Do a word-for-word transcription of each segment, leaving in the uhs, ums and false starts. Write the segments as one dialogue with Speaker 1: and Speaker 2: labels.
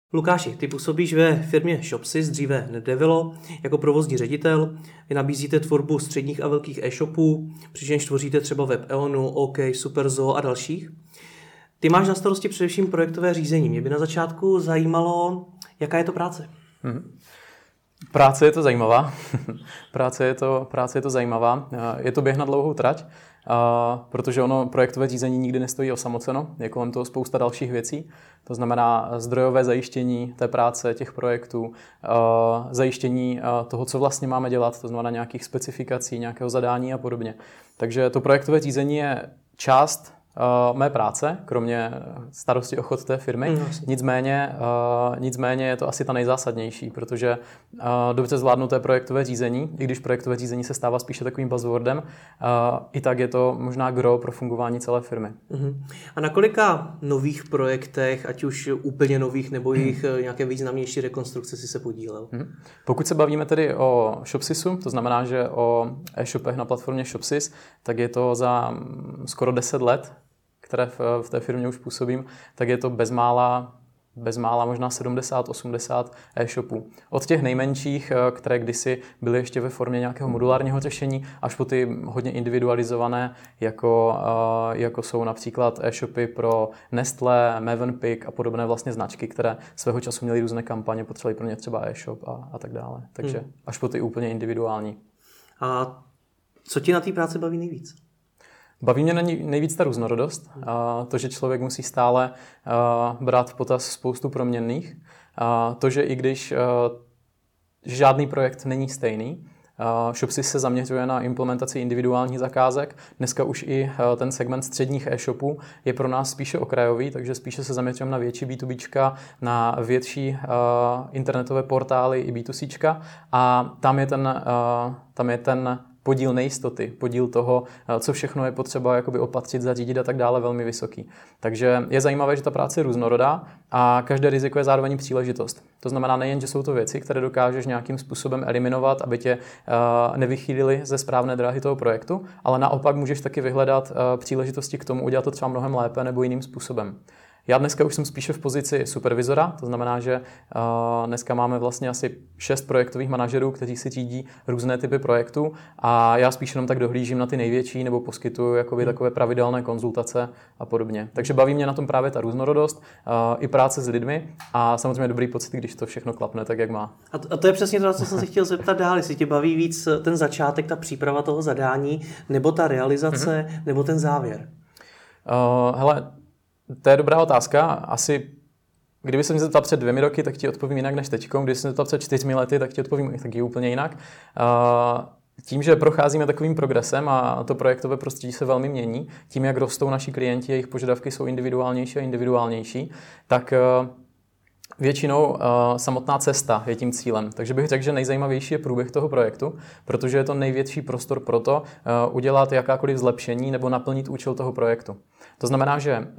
Speaker 1: Lukáši, ty působíš ve firmě Shopsys, dříve Nedevilo, jako provozní ředitel. Vy nabízíte tvorbu středních a velkých e-shopů, přičemž tvoříte třeba web Eonu, OK, Superzoo a dalších. Ty máš na starosti především projektové řízení. Mě by na začátku zajímalo, jaká je to práce.
Speaker 2: Hmm. Práce je to zajímavá. práce, je to, práce je to zajímavá. Je to běh na dlouhou trať, protože ono projektové řízení nikdy nestojí osamoceno. Je kolem toho spousta dalších věcí. To znamená zdrojové zajištění té práce, těch projektů, zajištění toho, co vlastně máme dělat, to znamená nějakých specifikací, nějakého zadání a podobně. Takže to projektové řízení je část Uh, mé práce, kromě starosti o chod té firmy. Mm, nicméně, uh, nicméně je to asi ta nejzásadnější, protože uh, dobře zvládnuté projektové řízení, i když projektové řízení se stává spíše takovým buzzwordem, uh, i tak je to možná gro pro fungování celé firmy.
Speaker 1: Mm. A na kolika nových projektech, ať už úplně nových nebo jejich mm. nějaké významnější rekonstrukce si se podílel? Mm.
Speaker 2: Pokud se bavíme tedy o Shopsysu, to znamená, že o e-shopech na platformě Shopsys, tak je to za skoro deset let, které v té firmě už působím, tak je to bezmála, bezmála možná sedmdesát osmdesát e-shopů. Od těch nejmenších, které kdysi byly ještě ve formě nějakého modulárního řešení, až po ty hodně individualizované, jako, jako jsou například e-shopy pro Nestlé, Mövenpick a podobné vlastně značky, které svého času měly různé kampaně, potřebovali pro ně třeba e-shop a, a tak dále. Takže hmm. až po ty úplně individuální.
Speaker 1: A co ti na té práci baví nejvíc?
Speaker 2: Baví mě nejvíc ta různorodost, to, že člověk musí stále brát v potaz spoustu proměnných, to, že i když žádný projekt není stejný, Shopsys se zaměřuje na implementaci individuálních zakázek. Dneska už i ten segment středních e-shopů je pro nás spíše okrajový, takže spíše se zaměřujeme na větší bé dvě béčka, na větší internetové portály i bé dvě céčka a tam je ten, tam je ten podíl nejistoty, podíl toho, co všechno je potřeba jakoby opatřit, zařídit a tak dále, velmi vysoký. Takže je zajímavé, že ta práce je různorodá a každé riziko je zároveň příležitost. To znamená nejen, že jsou to věci, které dokážeš nějakým způsobem eliminovat, aby tě uh, nevychýlily ze správné dráhy toho projektu, ale naopak můžeš taky vyhledat uh, příležitosti k tomu udělat to třeba mnohem lépe nebo jiným způsobem. Já dneska už jsem spíše v pozici supervizora, to znamená, že uh, dneska máme vlastně asi šest projektových manažerů, kteří si řídí různé typy projektů a já spíš jenom tak dohlížím na ty největší nebo poskytuju jakoby hmm. takové pravidelné konzultace a podobně. Takže baví mě na tom právě ta různorodost, uh, i práce s lidmi a samozřejmě dobrý pocit, když to všechno klapne tak, jak má.
Speaker 1: A to, a to je přesně to, co jsem se chtěl zeptat dál, jestli tě baví víc ten začátek, ta příprava toho zadání, nebo ta realizace, hmm. nebo ten závěr?
Speaker 2: Uh, hele, to je dobrá otázka. Asi, kdyby se mě zeptal před dvěmi roky, tak ti odpovím jinak než teďkom. Když se mě zeptal před čtyřmi lety, tak ti odpovím taky úplně jinak. Tím, že procházíme takovým progresem a to projektové prostředí se velmi mění, tím, jak rostou naši klienti, jejich požadavky jsou individuálnější a individuálnější, tak většinou uh, samotná cesta je tím cílem. Takže bych řekl, že nejzajímavější je průběh toho projektu, protože je to největší prostor pro to uh, udělat jakákoliv zlepšení nebo naplnit účel toho projektu. To znamená, že uh,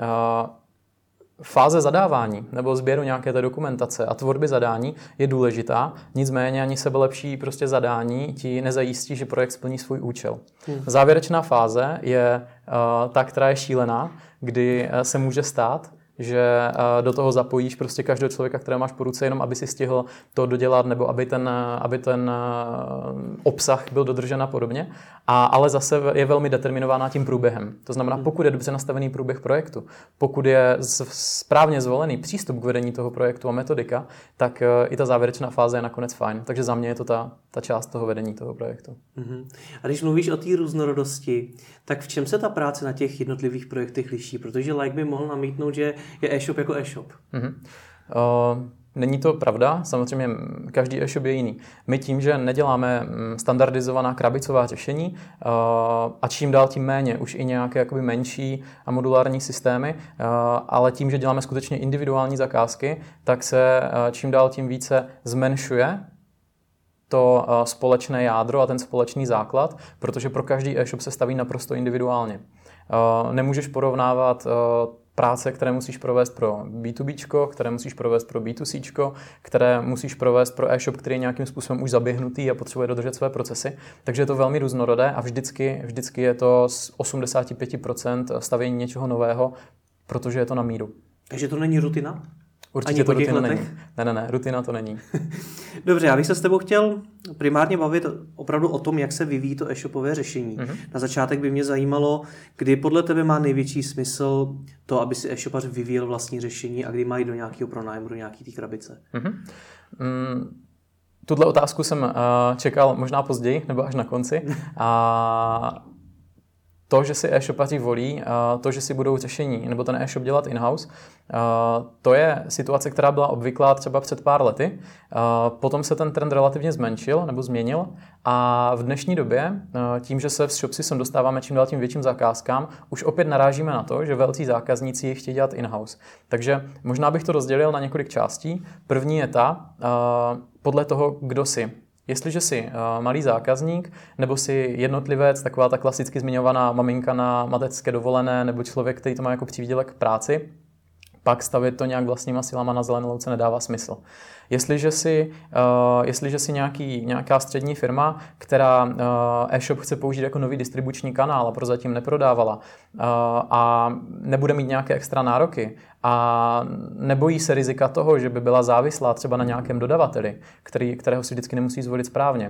Speaker 2: fáze zadávání nebo sběru nějaké té dokumentace a tvorby zadání je důležitá, nicméně ani sebelepší prostě zadání ti nezajistí, že projekt splní svůj účel. Hmm. Závěrečná fáze je uh, ta, která je šílená, kdy uh, se může stát, že do toho zapojíš prostě každého člověka, kterého máš po ruce, jenom aby si stihl to dodělat, nebo aby ten, aby ten obsah byl dodržen a podobně. A, ale zase je velmi determinovaná tím průběhem. To znamená, pokud je dobře nastavený průběh projektu, pokud je správně zvolený přístup k vedení toho projektu a metodika, tak i ta závěrečná fáze je nakonec fajn. Takže za mě je to ta, ta část toho vedení toho projektu.
Speaker 1: Uh-huh. A když mluvíš o té různorodosti, tak v čem se ta práce na těch jednotlivých projektech liší? Protože like by mohl namítnout, že je e-shop jako e-shop.
Speaker 2: Uh-huh. Uh, není to pravda, samozřejmě každý e-shop je jiný. My tím, že neděláme standardizovaná krabicová řešení uh, a čím dál tím méně, už i nějaké jakoby menší a modulární systémy, uh, ale tím, že děláme skutečně individuální zakázky, tak se uh, čím dál tím více zmenšuje to uh, společné jádro a ten společný základ, protože pro každý e-shop se staví naprosto individuálně. Uh, nemůžeš porovnávat uh, práce, které musíš provést pro bé dvě béčko, které musíš provést pro bé dvě céčko, které musíš provést pro e-shop, který je nějakým způsobem už zaběhnutý a potřebuje dodržet své procesy. Takže je to velmi různorodé a vždycky, vždycky je to z osmdesát pět procent stavění něčeho nového, protože je to na míru.
Speaker 1: Takže to není rutina?
Speaker 2: Určitě to rutina není. Ne, ne, ne, rutina to není.
Speaker 1: Dobře, já bych se s tebou chtěl primárně bavit opravdu o tom, jak se vyvíjí to e-shopové řešení. Mm-hmm. Na začátek by mě zajímalo, kdy podle tebe má největší smysl to, aby si e-shopař vyvíjel vlastní řešení a kdy mají do nějakého pronájmu, do nějaký té krabice.
Speaker 2: Mm-hmm. Mm, tuhle otázku jsem uh, čekal možná později, nebo až na konci. A to, že si e-shopaři volí, to, že si budou řešení nebo ten e-shop dělat in-house, to je situace, která byla obvyklá třeba před pár lety. Potom se ten trend relativně zmenšil nebo změnil a v dnešní době, tím, že se v Shopsy sem dostáváme čím dál tím větším zakázkám, už opět narážíme na to, že velcí zákazníci chtějí dělat in-house. Takže možná bych to rozdělil na několik částí. První je ta, podle toho, kdo si. Jestliže jsi uh, malý zákazník, nebo jsi jednotlivec, taková ta klasicky zmiňovaná maminka na mateřské dovolené, nebo člověk, který to má jako přivýdělek k práci, pak stavět to nějak vlastníma silama na zelené louce nedává smysl. Jestliže jsi, uh, jestliže jsi nějaký, nějaká střední firma, která uh, e-shop chce použít jako nový distribuční kanál a prozatím neprodávala uh, a nebude mít nějaké extra nároky a nebojí se rizika toho, že by byla závislá třeba na nějakém dodavateli, který, kterého si vždycky nemusí zvolit správně,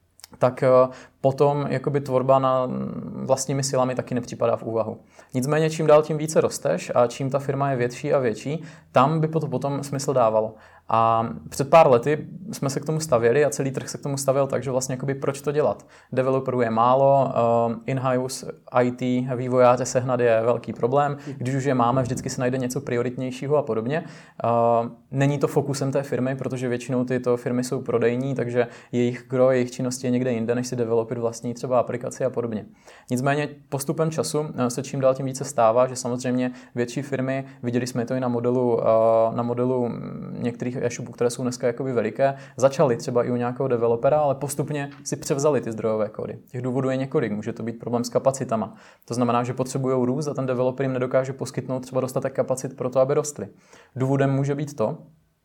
Speaker 2: tak potom jakoby tvorba na vlastními silami taky nepřipadá v úvahu. Nicméně čím dál tím více rosteš a čím ta firma je větší a větší, tam by to potom smysl dávalo. A před pár lety jsme se k tomu stavěli a celý trh se k tomu stavěl tak, že vlastně jakoby proč to dělat. Developerů je málo, in-house í té vývojáře sehnat je velký problém, když už je máme, vždycky se najde něco prioritnějšího a podobně. Není to fokusem té firmy, protože většinou tyto firmy jsou prodejní, takže jejich gro, jejich činnosti je někde jinde, než si developit vlastní třeba aplikaci a podobně. Nicméně postupem času se čím dál tím více stává, že samozřejmě větší firmy, viděli jsme to i na modelu, na modelu některých e-shopů, které jsou dneska jakoby veliké, začaly třeba i u nějakého developera, ale postupně si převzali ty zdrojové kódy. Těch důvodů je několik, může to být problém s kapacitama. To znamená, že potřebují růst a ten developer jim nedokáže poskytnout třeba dostatek kapacit pro to, aby rostly. Důvodem může být to,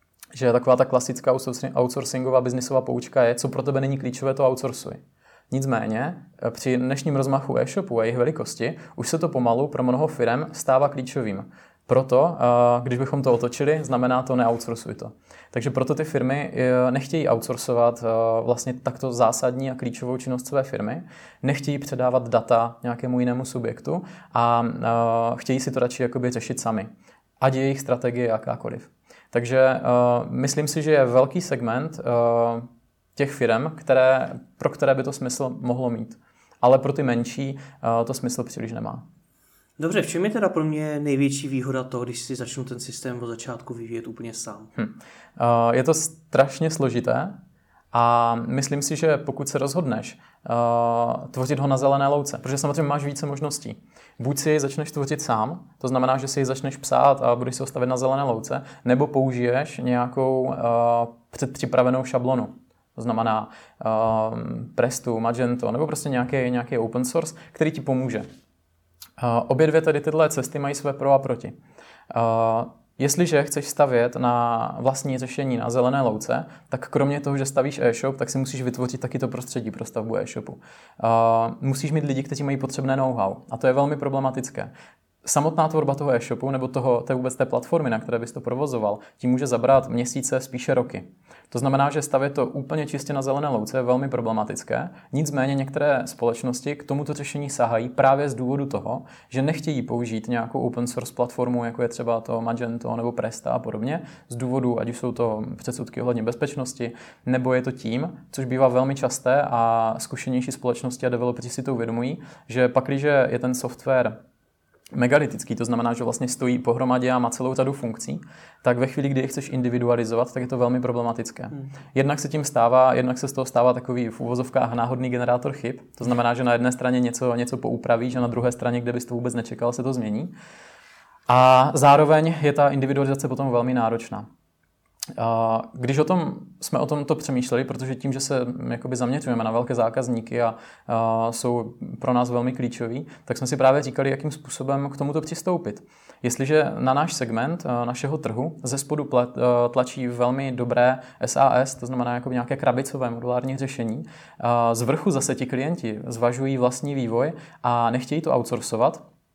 Speaker 2: že taková ta klasická outsourcingová biznisová poučka je, co pro tebe není klíčové, to outsourcuj. Nicméně při dnešním rozmachu e-shopu a jejich velikosti už se to pomalu pro mnoho firem stává klíčovým. Proto, když bychom to otočili, znamená to neoutsourcuj to. Takže proto ty firmy nechtějí outsourcovat vlastně takto zásadní a klíčovou činnost své firmy, nechtějí předávat data nějakému jinému subjektu a chtějí si to radši jakoby řešit sami. Ať je jejich strategie jakákoliv. Takže myslím si, že je velký segment těch firm, které, pro které by to smysl mohlo mít. Ale pro ty menší to smysl příliš nemá.
Speaker 1: Dobře, v čem je teda pro mě největší výhoda toho, když si začnu ten systém od začátku vyvíjet úplně sám?
Speaker 2: Hm. Uh, je to strašně složité a myslím si, že pokud se rozhodneš uh, tvořit ho na zelené louce, protože samozřejmě máš více možností. Buď si ji začneš tvořit sám, to znamená, že si ji začneš psát a budeš si ho stavit na zelené louce, nebo použiješ nějakou uh, předpřipravenou šablonu. To znamená uh, Prestu, Magento, nebo prostě nějaký, nějaký open source, který ti pomůže. Uh, obě dvě tady tyhle cesty mají své pro a proti. Uh, jestliže chceš stavět na vlastní řešení na zelené louce, tak kromě toho, že stavíš e-shop, tak si musíš vytvořit taky to prostředí pro stavbu e-shopu. Uh, musíš mít lidi, kteří mají potřebné know-how. A to je velmi problematické. Samotná tvorba toho e-shopu nebo toho, té vůbec té platformy, na které bys to provozoval, ti může zabrat měsíce, spíše roky. To znamená, že stavět to úplně čistě na zelené louce je velmi problematické. Nicméně některé společnosti k tomuto řešení sahají právě z důvodu toho, že nechtějí použít nějakou open source platformu, jako je třeba to Magento nebo Presta a podobně, z důvodu, ať už jsou to předsudky ohledně bezpečnosti, nebo je to tím, což bývá velmi časté a zkušenější společnosti a developeri si to uvědomují, že pakliže je ten software megalitický, to znamená, že vlastně stojí pohromadě a má celou řadu funkcí, tak ve chvíli, kdy je chceš individualizovat, tak je to velmi problematické. Hmm. Jednak se tím stává, jednak se z toho stává takový v uvozovkách náhodný generátor chyb, to znamená, že na jedné straně něco, něco poupravíš a na druhé straně, kde bys to vůbec nečekal, se to změní. A zároveň je ta individualizace potom velmi náročná. Když o tom, jsme o tomto přemýšleli, protože tím, že se jakoby zaměřujeme na velké zákazníky a, a jsou pro nás velmi klíčoví, tak jsme si právě říkali, jakým způsobem k tomuto přistoupit. Jestliže na náš segment našeho trhu ze spodu tlačí velmi dobré S A S, to znamená jako nějaké krabicové modulární řešení, z vrchu zase ti klienti zvažují vlastní vývoj a nechtějí to outsourcovat,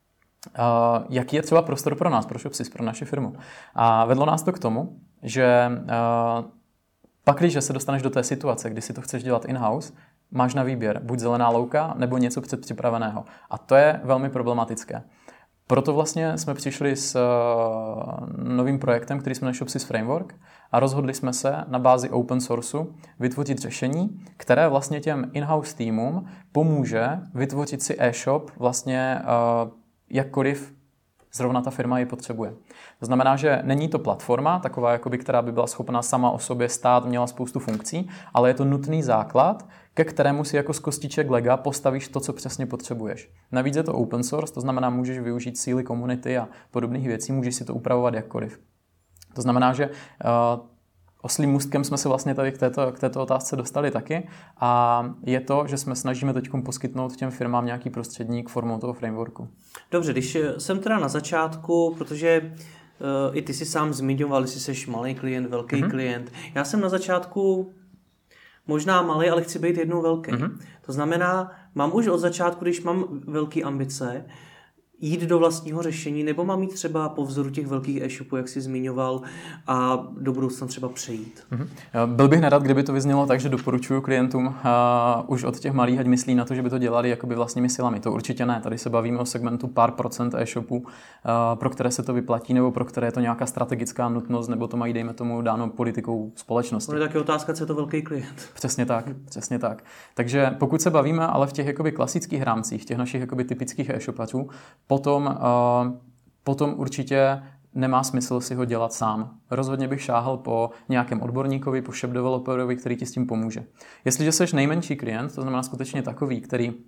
Speaker 2: Uh, jaký je třeba prostor pro nás, pro ShopSys, pro naši firmu. A vedlo nás to k tomu, že uh, pak, když se dostaneš do té situace, kdy si to chceš dělat in-house, máš na výběr buď zelená louka, nebo něco předpřipraveného. A to je velmi problematické. Proto vlastně jsme přišli s uh, novým projektem, který jsme na ShopSys Framework, a rozhodli jsme se na bázi open sourceu vytvořit řešení, které vlastně těm in-house týmům pomůže vytvořit si e-shop vlastně uh, jakkoliv zrovna ta firma ji potřebuje. To znamená, že není to platforma, taková, jakoby, která by byla schopná sama o sobě stát, měla spoustu funkcí, ale je to nutný základ, ke kterému si jako z kostiček Lega postavíš to, co přesně potřebuješ. Navíc je to open source, to znamená, můžeš využít síly komunity a podobných věcí, můžeš si to upravovat jakkoliv. To znamená, že uh, oslím můstkem jsme se vlastně tady k této, k této otázce dostali taky a je to, že jsme snažíme teď poskytnout těm firmám nějaký prostředník formou toho frameworku.
Speaker 1: Dobře, když jsem teda na začátku, protože uh, i ty si sám zmiňoval, jestli jsi malý klient, velký mm-hmm. klient. Já jsem na začátku možná malý, ale chci být jednou velký. Mm-hmm. To znamená, mám už od začátku, když mám velké ambice, jít do vlastního řešení, nebo mám jít třeba po vzoru těch velkých e-shopů, jak jsi zmiňoval, a do budoucna třeba přejít.
Speaker 2: Mm-hmm. Byl bych nerad, kdyby to vyznělo tak, že doporučuji klientům uh, už od těch malých, ať myslí na to, že by to dělali jakoby vlastními silami. To určitě ne. Tady se bavíme o segmentu pár procent e-shopů, uh, pro které se to vyplatí, nebo pro které je to nějaká strategická nutnost, nebo to mají, dejme tomu, dáno politikou společnosti.
Speaker 1: To je taky otázka, co je to velký klient.
Speaker 2: Přesně tak, přesně tak. Takže pokud se bavíme ale v těch jakoby klasických rámcích, těch našich jakoby typických e-shopačů, Potom, uh, potom určitě nemá smysl si ho dělat sám. Rozhodně bych šáhl po nějakém odborníkovi, po shop developerovi, který ti s tím pomůže. Jestliže jsi nejmenší klient, to znamená skutečně takový, který uh,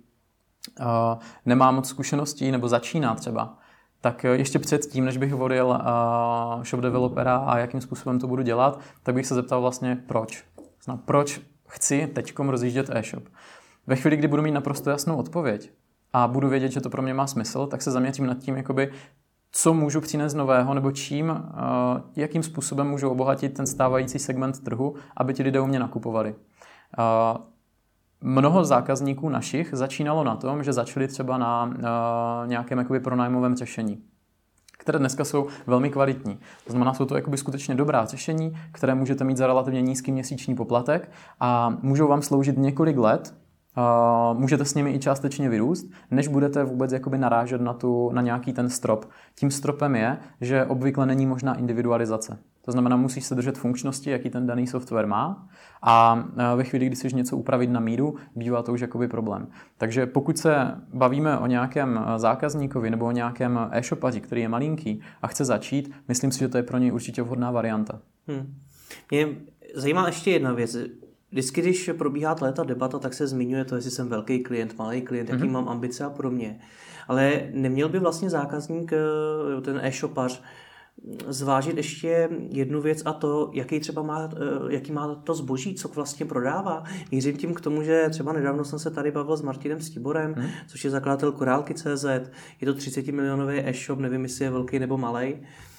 Speaker 2: nemá moc zkušeností nebo začíná třeba, tak ještě předtím, než bych volil uh, shop developera a jakým způsobem to budu dělat, tak bych se zeptal vlastně proč. Znamená, proč chci teďkom rozjíždět e-shop. Ve chvíli, kdy budu mít naprosto jasnou odpověď, a budu vědět, že to pro mě má smysl, tak se zaměřím nad tím, jakoby, co můžu přinést nového, nebo čím, uh, jakým způsobem můžu obohatit ten stávající segment trhu, aby ti lidé u mě nakupovali. Uh, mnoho zákazníků našich začínalo na tom, že začali třeba na uh, nějakém jakoby pronájmovém řešení, které dneska jsou velmi kvalitní. To znamená, jsou to jakoby skutečně dobrá řešení, které můžete mít za relativně nízký měsíční poplatek a můžou vám sloužit několik let. Uh, můžete s nimi i částečně vyrůst, než budete vůbec jakoby narážet na, tu, na nějaký ten strop. Tím stropem je, že obvykle není možná individualizace. To znamená, musíš se držet funkčnosti, jaký ten daný software má, a ve chvíli, kdy chceš něco upravit na míru, bývá to už jakoby problém. Takže pokud se bavíme o nějakém zákazníkovi nebo o nějakém e-shopaři, který je malinký a chce začít, myslím si, že to je pro něj určitě vhodná varianta.
Speaker 1: Hmm. Mě zajímá ještě jedna věc. Vždycky, když probíhá ta debata, tak se zmiňuje to, jestli jsem velký klient, malý klient, jaký mm-hmm. mám ambice a podobně. Ale neměl by vlastně zákazník, ten e-shopař, zvážit ještě jednu věc, a to, jaký třeba má, jaký má to zboží, co vlastně prodává. Mířím tím k tomu, že třeba nedávno jsem se tady bavil s Martinem Stiborem, hmm. což je zakladatel Korálky tečka cé zet. Je to třicet milionový e-shop, nevím, jestli je velký nebo malý,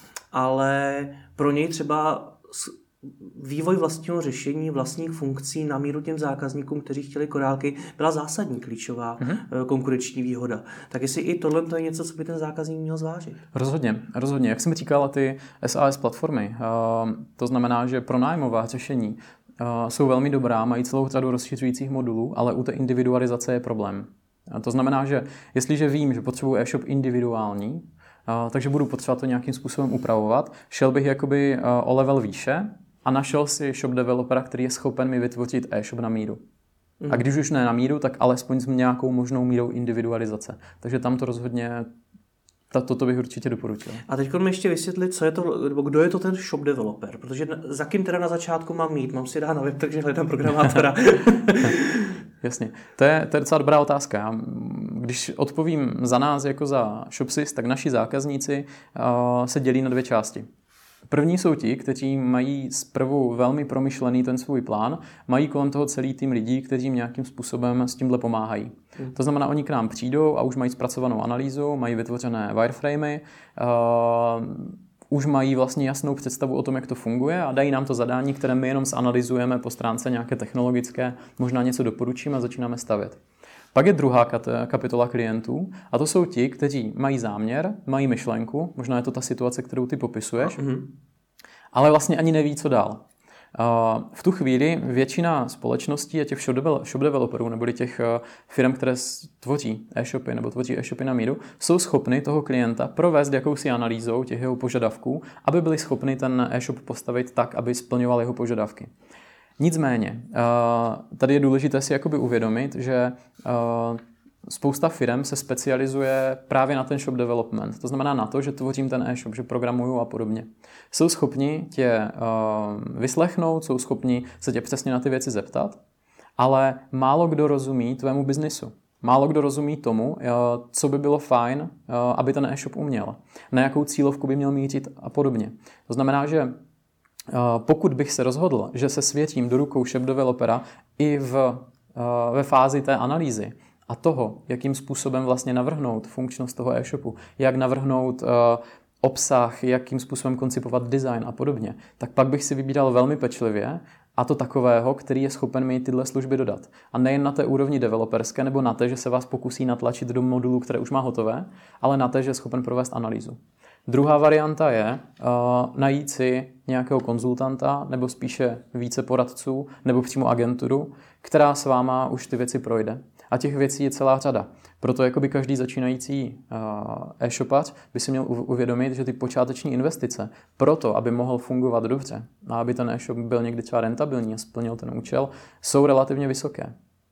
Speaker 1: ale pro něj třeba vývoj vlastního řešení, vlastních funkcí na míru těm zákazníkům, kteří chtěli korálky, byla zásadní klíčová mm-hmm. konkurenční výhoda. Tak jestli i tohle to je něco, co by ten zákazník měl zvážit.
Speaker 2: Rozhodně, rozhodně. Jak jsem říkal, ty S A S platformy, to znamená, že pronájmová řešení jsou velmi dobrá, mají celou řadu rozšiřujících modulů, ale u té individualizace je problém. To znamená, že jestliže vím, že potřebuji e-shop individuální, takže budu potřebovat to nějakým způsobem upravovat, šel bych jakoby o level výše a našel si shop developera, který je schopen mi vytvořit e-shop na míru. Mm. A když už ne na míru, tak alespoň s nějakou možnou mírou individualizace. Takže tam to rozhodně, toto bych určitě doporučil.
Speaker 1: A teď mi ještě vysvětlit, co je to, nebo kdo je to ten shop developer, protože za kým teda na začátku mám mít, mám si dát na web, takže hledám programátora.
Speaker 2: Jasně, to je, to je docela dobrá otázka. Když odpovím za nás jako za ShopSys, tak naši zákazníci uh, se dělí na dvě části. První jsou ti, kteří mají zprvu velmi promyšlený ten svůj plán, mají kolem toho celý tým lidí, kteří jim nějakým způsobem s tímhle pomáhají. Hmm. To znamená, oni k nám přijdou a už mají zpracovanou analýzu, mají vytvořené wireframey, uh, už mají vlastně jasnou představu o tom, jak to funguje, a dají nám to zadání, které my jenom zanalyzujeme po stránce nějaké technologické, možná něco doporučíme a začínáme stavět. Pak je druhá kapitola klientů a to jsou ti, kteří mají záměr, mají myšlenku, možná je to ta situace, kterou ty popisuješ, mm-hmm. ale vlastně ani neví, co dál. V tu chvíli většina společností a těch shop developerů neboli těch firm, které tvoří e-shopy nebo tvoří e-shopy na míru, jsou schopny toho klienta provést jakousi analýzou těch jeho požadavků, aby byli schopni ten e-shop postavit tak, aby splňoval jeho požadavky. Nicméně, tady je důležité si jakoby uvědomit, že spousta firm se specializuje právě na ten shop development. To znamená na to, že tvořím ten e-shop, že programuju a podobně. Jsou schopni tě uh, vyslechnout, jsou schopni se tě přesně na ty věci zeptat, ale málo kdo rozumí tvému biznisu. Málo kdo rozumí tomu, uh, co by bylo fajn, uh, aby ten e-shop uměl. Na jakou cílovku by měl mířit a podobně. To znamená, že uh, pokud bych se rozhodl, že se světím do rukou shop developera i v, uh, ve fázi té analýzy, a toho, jakým způsobem vlastně navrhnout funkčnost toho e-shopu, jak navrhnout uh, obsah, jakým způsobem koncipovat design a podobně, tak pak bych si vybíral velmi pečlivě a to takového, který je schopen mi tyhle služby dodat. A nejen na té úrovni developerské nebo na té, že se vás pokusí natlačit do modulu, které už má hotové, ale na té, že je schopen provést analýzu. Druhá varianta je uh, najít si nějakého konzultanta nebo spíše více poradců nebo přímo agenturu, která s váma už ty věci projde. A těch věcí je celá řada. Proto jakoby každý začínající uh, e-shopař by si měl uvědomit, že ty počáteční investice proto, aby mohl fungovat dobře a aby ten e-shop byl někdy třeba rentabilní a splnil ten účel, jsou relativně vysoké.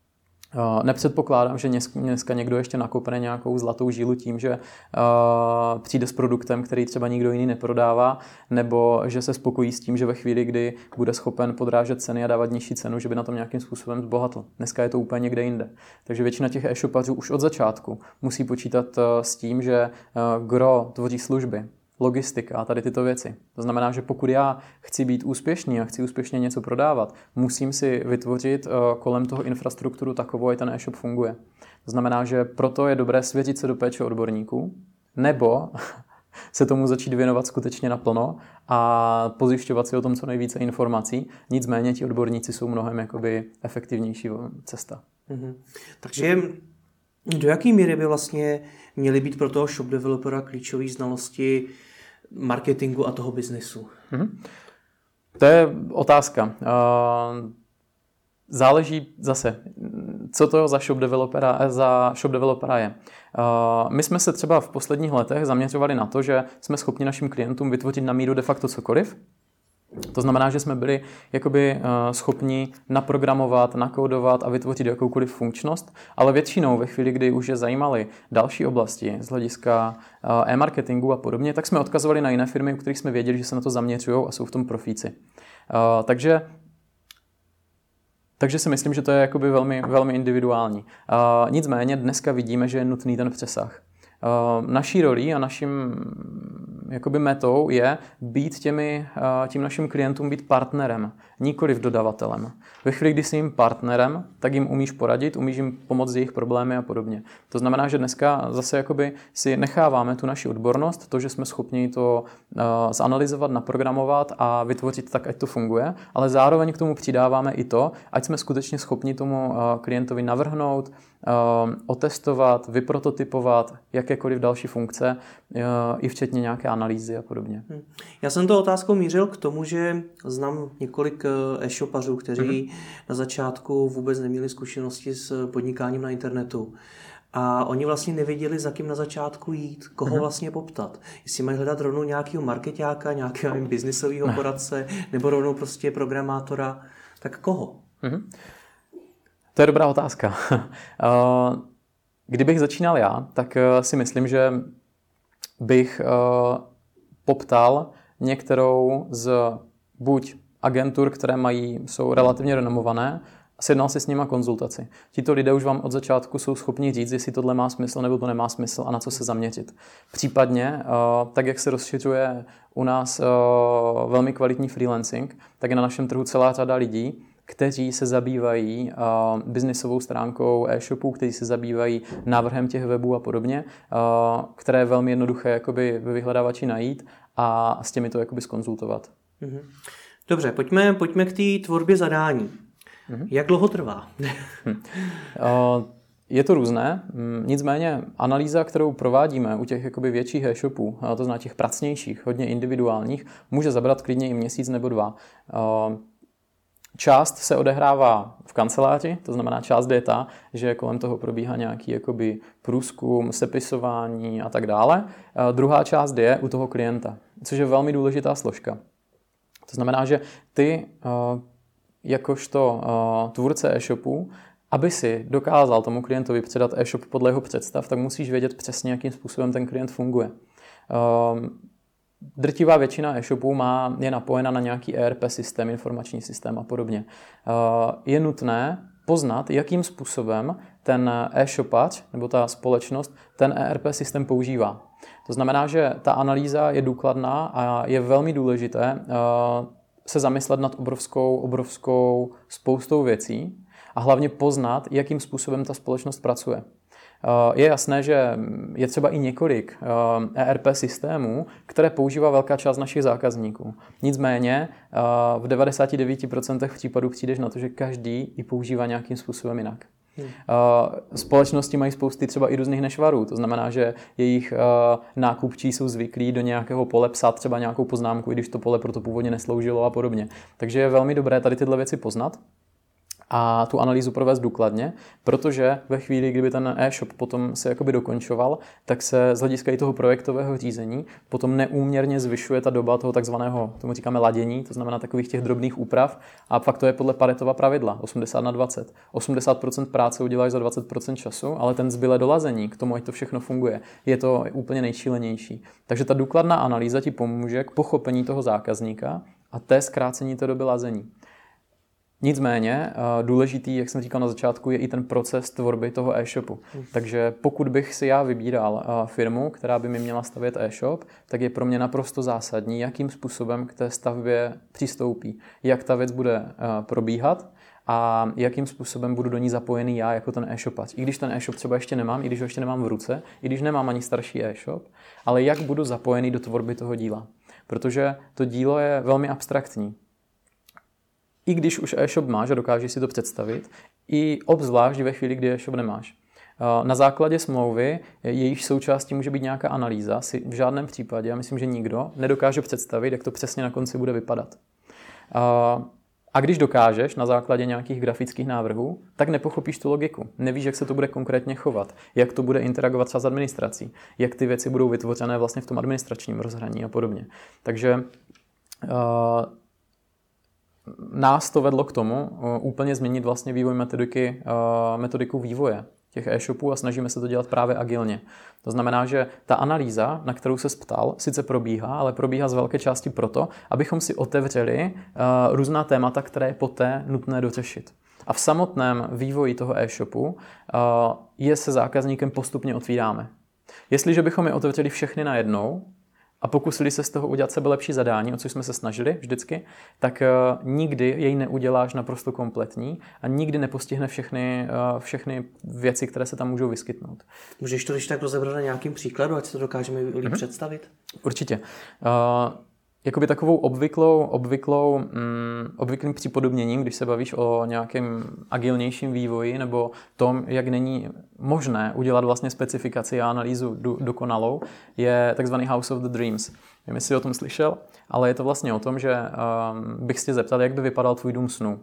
Speaker 2: Uh, nepředpokládám, že dneska někdo ještě nakopne nějakou zlatou žílu tím, že uh, přijde s produktem, který třeba nikdo jiný neprodává, nebo že se spokojí s tím, že ve chvíli, kdy bude schopen podrážet ceny a dávat nižší cenu, že by na tom nějakým způsobem zbohatl. Dneska je to úplně někde jinde. Takže většina těch e-shopařů už od začátku musí počítat uh, s tím, že uh, gro tvoří služby, logistika a tady tyto věci. To znamená, že pokud já chci být úspěšný a chci úspěšně něco prodávat, musím si vytvořit uh, kolem toho infrastrukturu takovou, jak ten e-shop funguje. To znamená, že proto je dobré svěřit se do péče odborníků, nebo se tomu začít věnovat skutečně naplno a pozjišťovat si o tom co nejvíce informací. Nicméně ti odborníci jsou mnohem jakoby efektivnější cesta.
Speaker 1: Mm-hmm. Takže do jaké míry by vlastně měly být pro toho shop developera klíčové znalosti marketingu a toho biznesu?
Speaker 2: Mm-hmm. To je otázka. Záleží zase, co to za shop developera, za shop developera je. My jsme se třeba v posledních letech zaměřovali na to, že jsme schopni našim klientům vytvořit na míru de facto cokoliv. To znamená, že jsme byli jakoby schopni naprogramovat, nakódovat a vytvořit jakoukoliv funkčnost, ale většinou ve chvíli, kdy už je zajímaly další oblasti z hlediska e-marketingu a podobně, tak jsme odkazovali na jiné firmy, u kterých jsme věděli, že se na to zaměřují a jsou v tom profíci. Takže Takže si myslím, že to je jakoby velmi, velmi individuální. Nicméně dneska vidíme, že je nutný ten přesah. Naší rolí a naším jakoby metou je být těmi, tím našim klientům být partnerem, nikoliv dodavatelem. Ve chvíli, kdy jsi jim partnerem, tak jim umíš poradit, umíš jim pomoct s jejich problémy a podobně. To znamená, že dneska zase jakoby si necháváme tu naši odbornost, to, že jsme schopni to zanalyzovat, naprogramovat a vytvořit tak, ať to funguje, ale zároveň k tomu přidáváme i to, ať jsme skutečně schopni tomu klientovi navrhnout, otestovat, vyprototypovat jakékoliv další funkce, i včetně nějaké analýzy a podobně.
Speaker 1: Já jsem to otázkou mířil k tomu, že znám několik e-shopařů, kteří mm-hmm. na začátku vůbec neměli zkušenosti s podnikáním na internetu. A oni vlastně nevěděli, za kým na začátku jít, koho mm-hmm. vlastně poptat. Jestli mají hledat rovnou nějakého markeťáka, nějakého biznisového ne. poradce, nebo rovnou prostě programátora, tak koho?
Speaker 2: Mm-hmm. To je dobrá otázka. Kdybych začínal já, tak si myslím, že bych poptal některou z buď agentur, které mají, jsou relativně renomované, a sjednal si s nima konzultaci. Tito lidé už vám od začátku jsou schopni říct, jestli tohle má smysl nebo to nemá smysl a na co se zaměřit. Případně, tak jak se rozšiřuje u nás velmi kvalitní freelancing, tak je na našem trhu celá řada lidí, kteří se zabývají uh, biznisovou stránkou e-shopů, kteří se zabývají návrhem těch webů a podobně, uh, které je velmi jednoduché jakoby ve vyhledávači najít a s těmi to jakoby zkonzultovat.
Speaker 1: Mm-hmm. Dobře, pojďme, pojďme k té tvorbě zadání. Mm-hmm. Jak dlouho trvá?
Speaker 2: hm. uh, Je to různé, nicméně analýza, kterou provádíme u těch jakoby větších e-shopů, to znamená těch pracnějších, hodně individuálních, může zabrat klidně i měsíc nebo dva. Část se odehrává v kanceláři, to znamená část je ta, že kolem toho probíhá nějaký jakoby průzkum, sepisování a tak dále. Druhá část je u toho klienta, což je velmi důležitá složka. To znamená, že ty jakožto tvůrce e-shopu, aby si dokázal tomu klientovi předat e-shop podle jeho představ, tak musíš vědět přesně, jakým způsobem ten klient funguje. Drtivá většina e-shopů má, je napojena na nějaký E R P systém, informační systém a podobně. Je nutné poznat, jakým způsobem ten e-shopař nebo ta společnost ten E R P systém používá. To znamená, že ta analýza je důkladná a je velmi důležité se zamyslet nad obrovskou, obrovskou spoustou věcí a hlavně poznat, jakým způsobem ta společnost pracuje. Je jasné, že je třeba i několik E R P systémů, které používá velká část našich zákazníků. Nicméně v devadesát devět procent případů přijdeš na to, že každý ji používá nějakým způsobem jinak. Hmm. Společnosti mají spousty třeba i různých nešvarů, to znamená, že jejich nákupčí jsou zvyklí do nějakého pole psát třeba nějakou poznámku, i když to pole proto původně nesloužilo a podobně. Takže je velmi dobré tady tyhle věci poznat a tu analýzu provést důkladně, protože ve chvíli, kdyby ten e-shop potom se jakoby dokončoval, tak se z hlediska i toho projektového řízení potom neúměrně zvyšuje ta doba toho takzvaného, tomu říkáme ladění, to znamená takových těch drobných úprav a fakt to je podle Paretova pravidla, osmdesát na dvacet. osmdesát procent práce uděláš za dvacet procent času, ale ten zbyle dolazení k tomu, ať to všechno funguje, je to úplně nejšílenější. Takže ta důkladná analýza ti pomůže k pochopení toho zákazníka a té zkrácení té doby lazení. Nicméně důležitý, jak jsem říkal na začátku, je i ten proces tvorby toho e-shopu. Takže pokud bych si já vybíral firmu, která by mi měla stavět e-shop, tak je pro mě naprosto zásadní, jakým způsobem k té stavbě přistoupí, jak ta věc bude probíhat a jakým způsobem budu do ní zapojený já jako ten e-shopař. I když ten e-shop třeba ještě nemám, i když ho ještě nemám v ruce, i když nemám ani starší e-shop, ale jak budu zapojený do tvorby toho díla. Protože to dílo je velmi abstraktní. I když už e-shop máš a dokážeš si to představit, i obzvlášť ve chvíli, kdy e-shop nemáš. Na základě smlouvy, jejíž součástí může být nějaká analýza, si v žádném případě, já myslím, že nikdo, nedokáže představit, jak to přesně na konci bude vypadat. A když dokážeš na základě nějakých grafických návrhů, tak nepochopíš tu logiku. Nevíš, jak se to bude konkrétně chovat, jak to bude interagovat třeba s administrací, jak ty věci budou vytvořené vlastně v tom administračním rozhraní a podobně. Takže nás to vedlo k tomu uh, úplně změnit vlastně vývoj metodiky, uh, metodiku vývoje těch e-shopů a snažíme se to dělat právě agilně. To znamená, že ta analýza, na kterou se ptal, sice probíhá, ale probíhá z velké části proto, abychom si otevřeli uh, různá témata, které je poté nutné dořešit. A v samotném vývoji toho e-shopu uh, je se zákazníkem postupně otvíráme. Jestliže bychom je otevřeli všechny najednou, a pokusili se z toho udělat sebe lepší zadání, o co jsme se snažili vždycky, tak uh, nikdy jej neuděláš naprosto kompletní a nikdy nepostihne všechny, uh, všechny věci, které se tam můžou vyskytnout.
Speaker 1: Můžeš to když tak rozebrat na nějakým příkladu, ať si to dokážeme líp mm-hmm. představit?
Speaker 2: Určitě. Uh, Jakoby takovou obvyklou, obvyklou, mm, obvyklým připodobněním, když se bavíš o nějakém agilnějším vývoji nebo tom, jak není možné udělat vlastně specifikaci a analýzu do, dokonalou, je takzvaný House of the Dreams. Nevím, jestli jsi o tom slyšel, ale je to vlastně o tom, že um, bych se tě zeptal, jak by vypadal tvůj dům snů.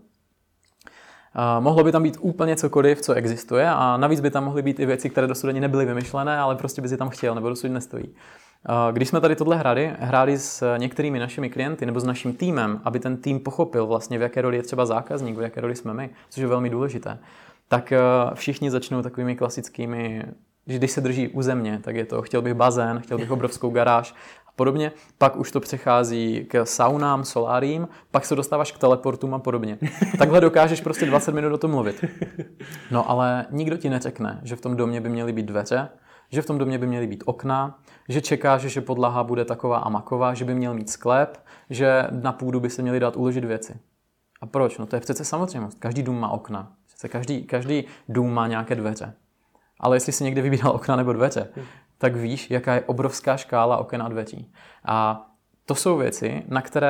Speaker 2: Uh, mohlo by tam být úplně cokoliv, co existuje a navíc by tam mohly být i věci, které dosud ani nebyly vymyšlené, ale prostě by si tam chtěl nebo dosud nestojí. Když jsme tady tohle hráli, hráli s některými našimi klienty nebo s naším týmem, aby ten tým pochopil vlastně, v jaké roli je třeba zákazník, v jaké roli jsme my, což je velmi důležité, tak všichni začnou takovými klasickými, že když se drží u země, tak je to, chtěl bych bazén, chtěl bych obrovskou garáž a podobně, pak už to přechází k saunám, soláriím, pak se dostáváš k teleportům a podobně. Takhle dokážeš prostě dvacet minut o tom mluvit. No ale nikdo ti neřekne, že v tom domě by měly být dveře, že v tom domě by měly být okna, že čekáš, že podlaha bude taková a maková, že by měl mít sklep, že na půdu by se měly dát uložit věci. A proč? No to je přece samozřejmost. Každý dům má okna. Přece každý, každý dům má nějaké dveře. Ale jestli si někde vybíral okna nebo dveře, tak víš, jaká je obrovská škála oken a dveří. A to jsou věci, na které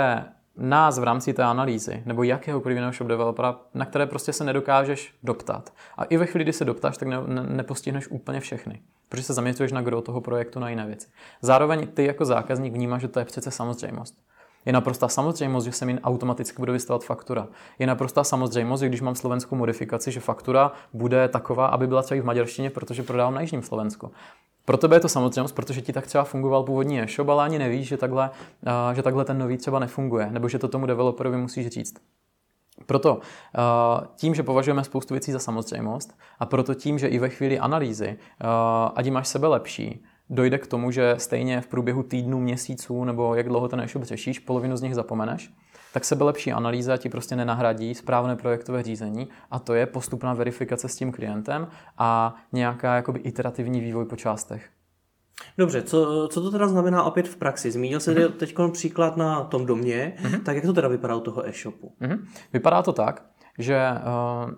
Speaker 2: nás v rámci té analýzy nebo jakéhokoliv jiného shop developera, na které prostě se nedokážeš doptat. A i ve chvíli, kdy se doptáš, tak ne, ne, nepostihneš úplně všechny, protože se zaměřuješ na gro toho projektu, na jiné věci. Zároveň ty jako zákazník vnímáš, že to je přece samozřejmost. Je naprostá samozřejmost, že se mi automaticky bude vystavovat faktura. Je naprostá samozřejmost, že když mám slovenskou modifikaci, že faktura bude taková, aby byla třeba i v maďarštině, protože prodávám na jižním Slovensku. Pro tebe je to samozřejmost, protože ti tak třeba fungoval původní e-shop, ale ani nevíš, že takhle, že takhle ten nový třeba nefunguje, nebo že to tomu developerovi musíš říct. Proto tím, že považujeme spoustu věcí za samozřejmost a proto tím, že i ve chvíli analýzy, ať máš sebe lepší, dojde k tomu, že stejně v průběhu týdnů, měsíců nebo jak dlouho ten e-shop řešíš, polovinu z nich zapomeneš, tak sebelepší analýza ti prostě nenahradí správné projektové řízení a to je postupná verifikace s tím klientem a nějaká jakoby iterativní vývoj po částech.
Speaker 1: Dobře, co, co to teda znamená opět v praxi? Zmínil jsi mm-hmm. teď příklad na tom domě, mm-hmm. tak jak to teda vypadá u toho e-shopu?
Speaker 2: Mm-hmm. Vypadá to tak, že uh,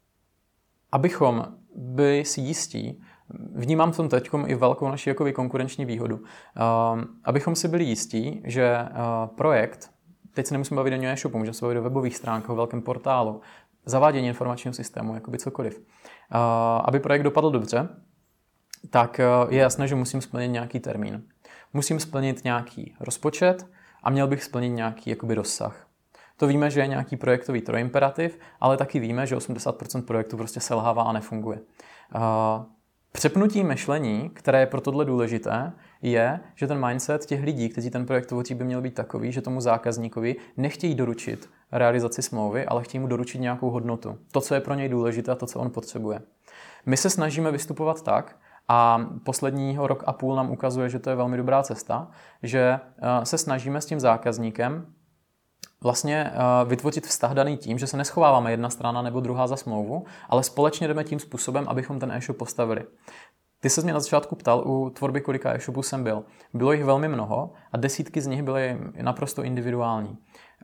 Speaker 2: abychom byli si jistí, vnímám v tom teďkom i velkou naši jakoby konkurenční výhodu, uh, abychom si byli jistí, že uh, projekt, teď se nemusíme bavit o e-shopu, můžeme se bavit o webových stránkách, o velkém portálu, zavádění informačního systému, jakoby cokoliv. Uh, aby projekt dopadl dobře, tak je jasné, že musím splnit nějaký termín. Musím splnit nějaký rozpočet a měl bych splnit nějaký jakoby rozsah. To víme, že je nějaký projektový trojimperativ, ale taky víme, že osmdesát procent projektu prostě selhává a nefunguje. Uh, Přepnutí myšlení, které je pro tohle důležité, je, že ten mindset těch lidí, kteří ten projekt tvoří, by měl být takový, že tomu zákazníkovi nechtějí doručit realizaci smlouvy, ale chtějí mu doručit nějakou hodnotu. To, co je pro něj důležité a to, co on potřebuje. My se snažíme vystupovat tak, a posledního rok a půl nám ukazuje, že to je velmi dobrá cesta, že se snažíme s tím zákazníkem vlastně vytvořit vztah daný tím, že se neschováváme jedna strana nebo druhá za smlouvu, ale společně jdeme tím způsobem, abychom ten e-shop postavili. Ty se mě na začátku ptal, u tvorby kolika e-shopů jsem byl. Bylo jich velmi mnoho a desítky z nich byly naprosto individuální.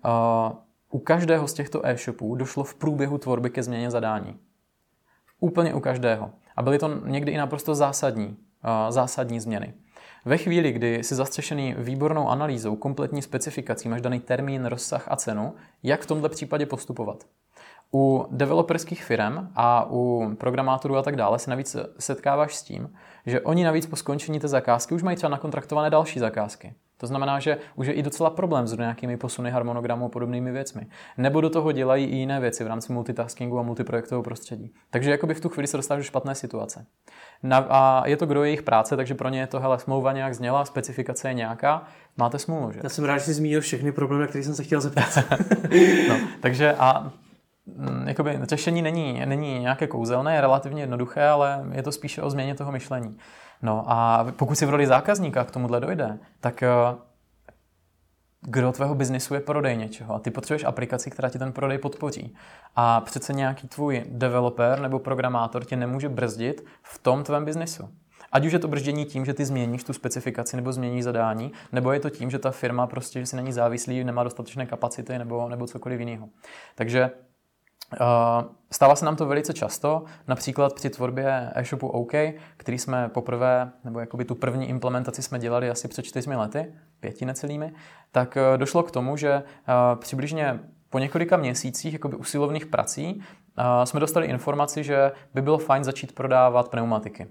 Speaker 2: U každého z těchto e-shopů došlo v průběhu tvorby ke změně zadání. Úplně u každého. A byly to někdy i naprosto zásadní, zásadní změny. Ve chvíli, kdy jsi zastřešený výbornou analýzou, kompletní specifikací, máš daný termín, rozsah a cenu, jak v tomto případě postupovat? U developerských firm a u programátorů a tak dále se navíc setkáváš s tím, že oni navíc po skončení té zakázky už mají třeba nakontraktované další zakázky. To znamená, že už je i docela problém s nějakými posuny harmonogramu a podobnými věcmi. Nebo do toho dělají i jiné věci v rámci multitaskingu a multiprojektového prostředí. Takže jakoby v tu chvíli se dostáváš do špatné situace. A je to kdo jejich práce, takže pro ně je to, hele, smlouva nějak zněla, specifikace je nějaká, máte smlouvu, že?
Speaker 1: Já jsem rád, že jsi zmínil všechny problémy, na které jsem se chtěl zeptat.
Speaker 2: No, takže a jakoby řešení není, není nějaké kouzelné, je relativně jednoduché, ale je to spíše o změně toho myšlení. No a pokud si v roli zákazníka k tomuhle dojde, tak gro tvého biznisu je prodej něčeho a ty potřebuješ aplikaci, která ti ten prodej podpoří. A přece nějaký tvůj developer nebo programátor tě nemůže brzdit v tom tvém biznisu. Ať už je to brzdění tím, že ty změníš tu specifikaci nebo změníš zadání, nebo je to tím, že ta firma prostě, že si není závislý, nemá dostatečné kapacity nebo, nebo cokoliv jiného. Takže Uh, stává se nám to velice často, například při tvorbě e-shopu OK, který jsme poprvé, nebo jakoby tu první implementaci jsme dělali asi před čtyřmi lety, pěti necelými, tak uh, došlo k tomu, že uh, přibližně po několika měsících jakoby usilovných prací uh, jsme dostali informaci, že by bylo fajn začít prodávat pneumatiky.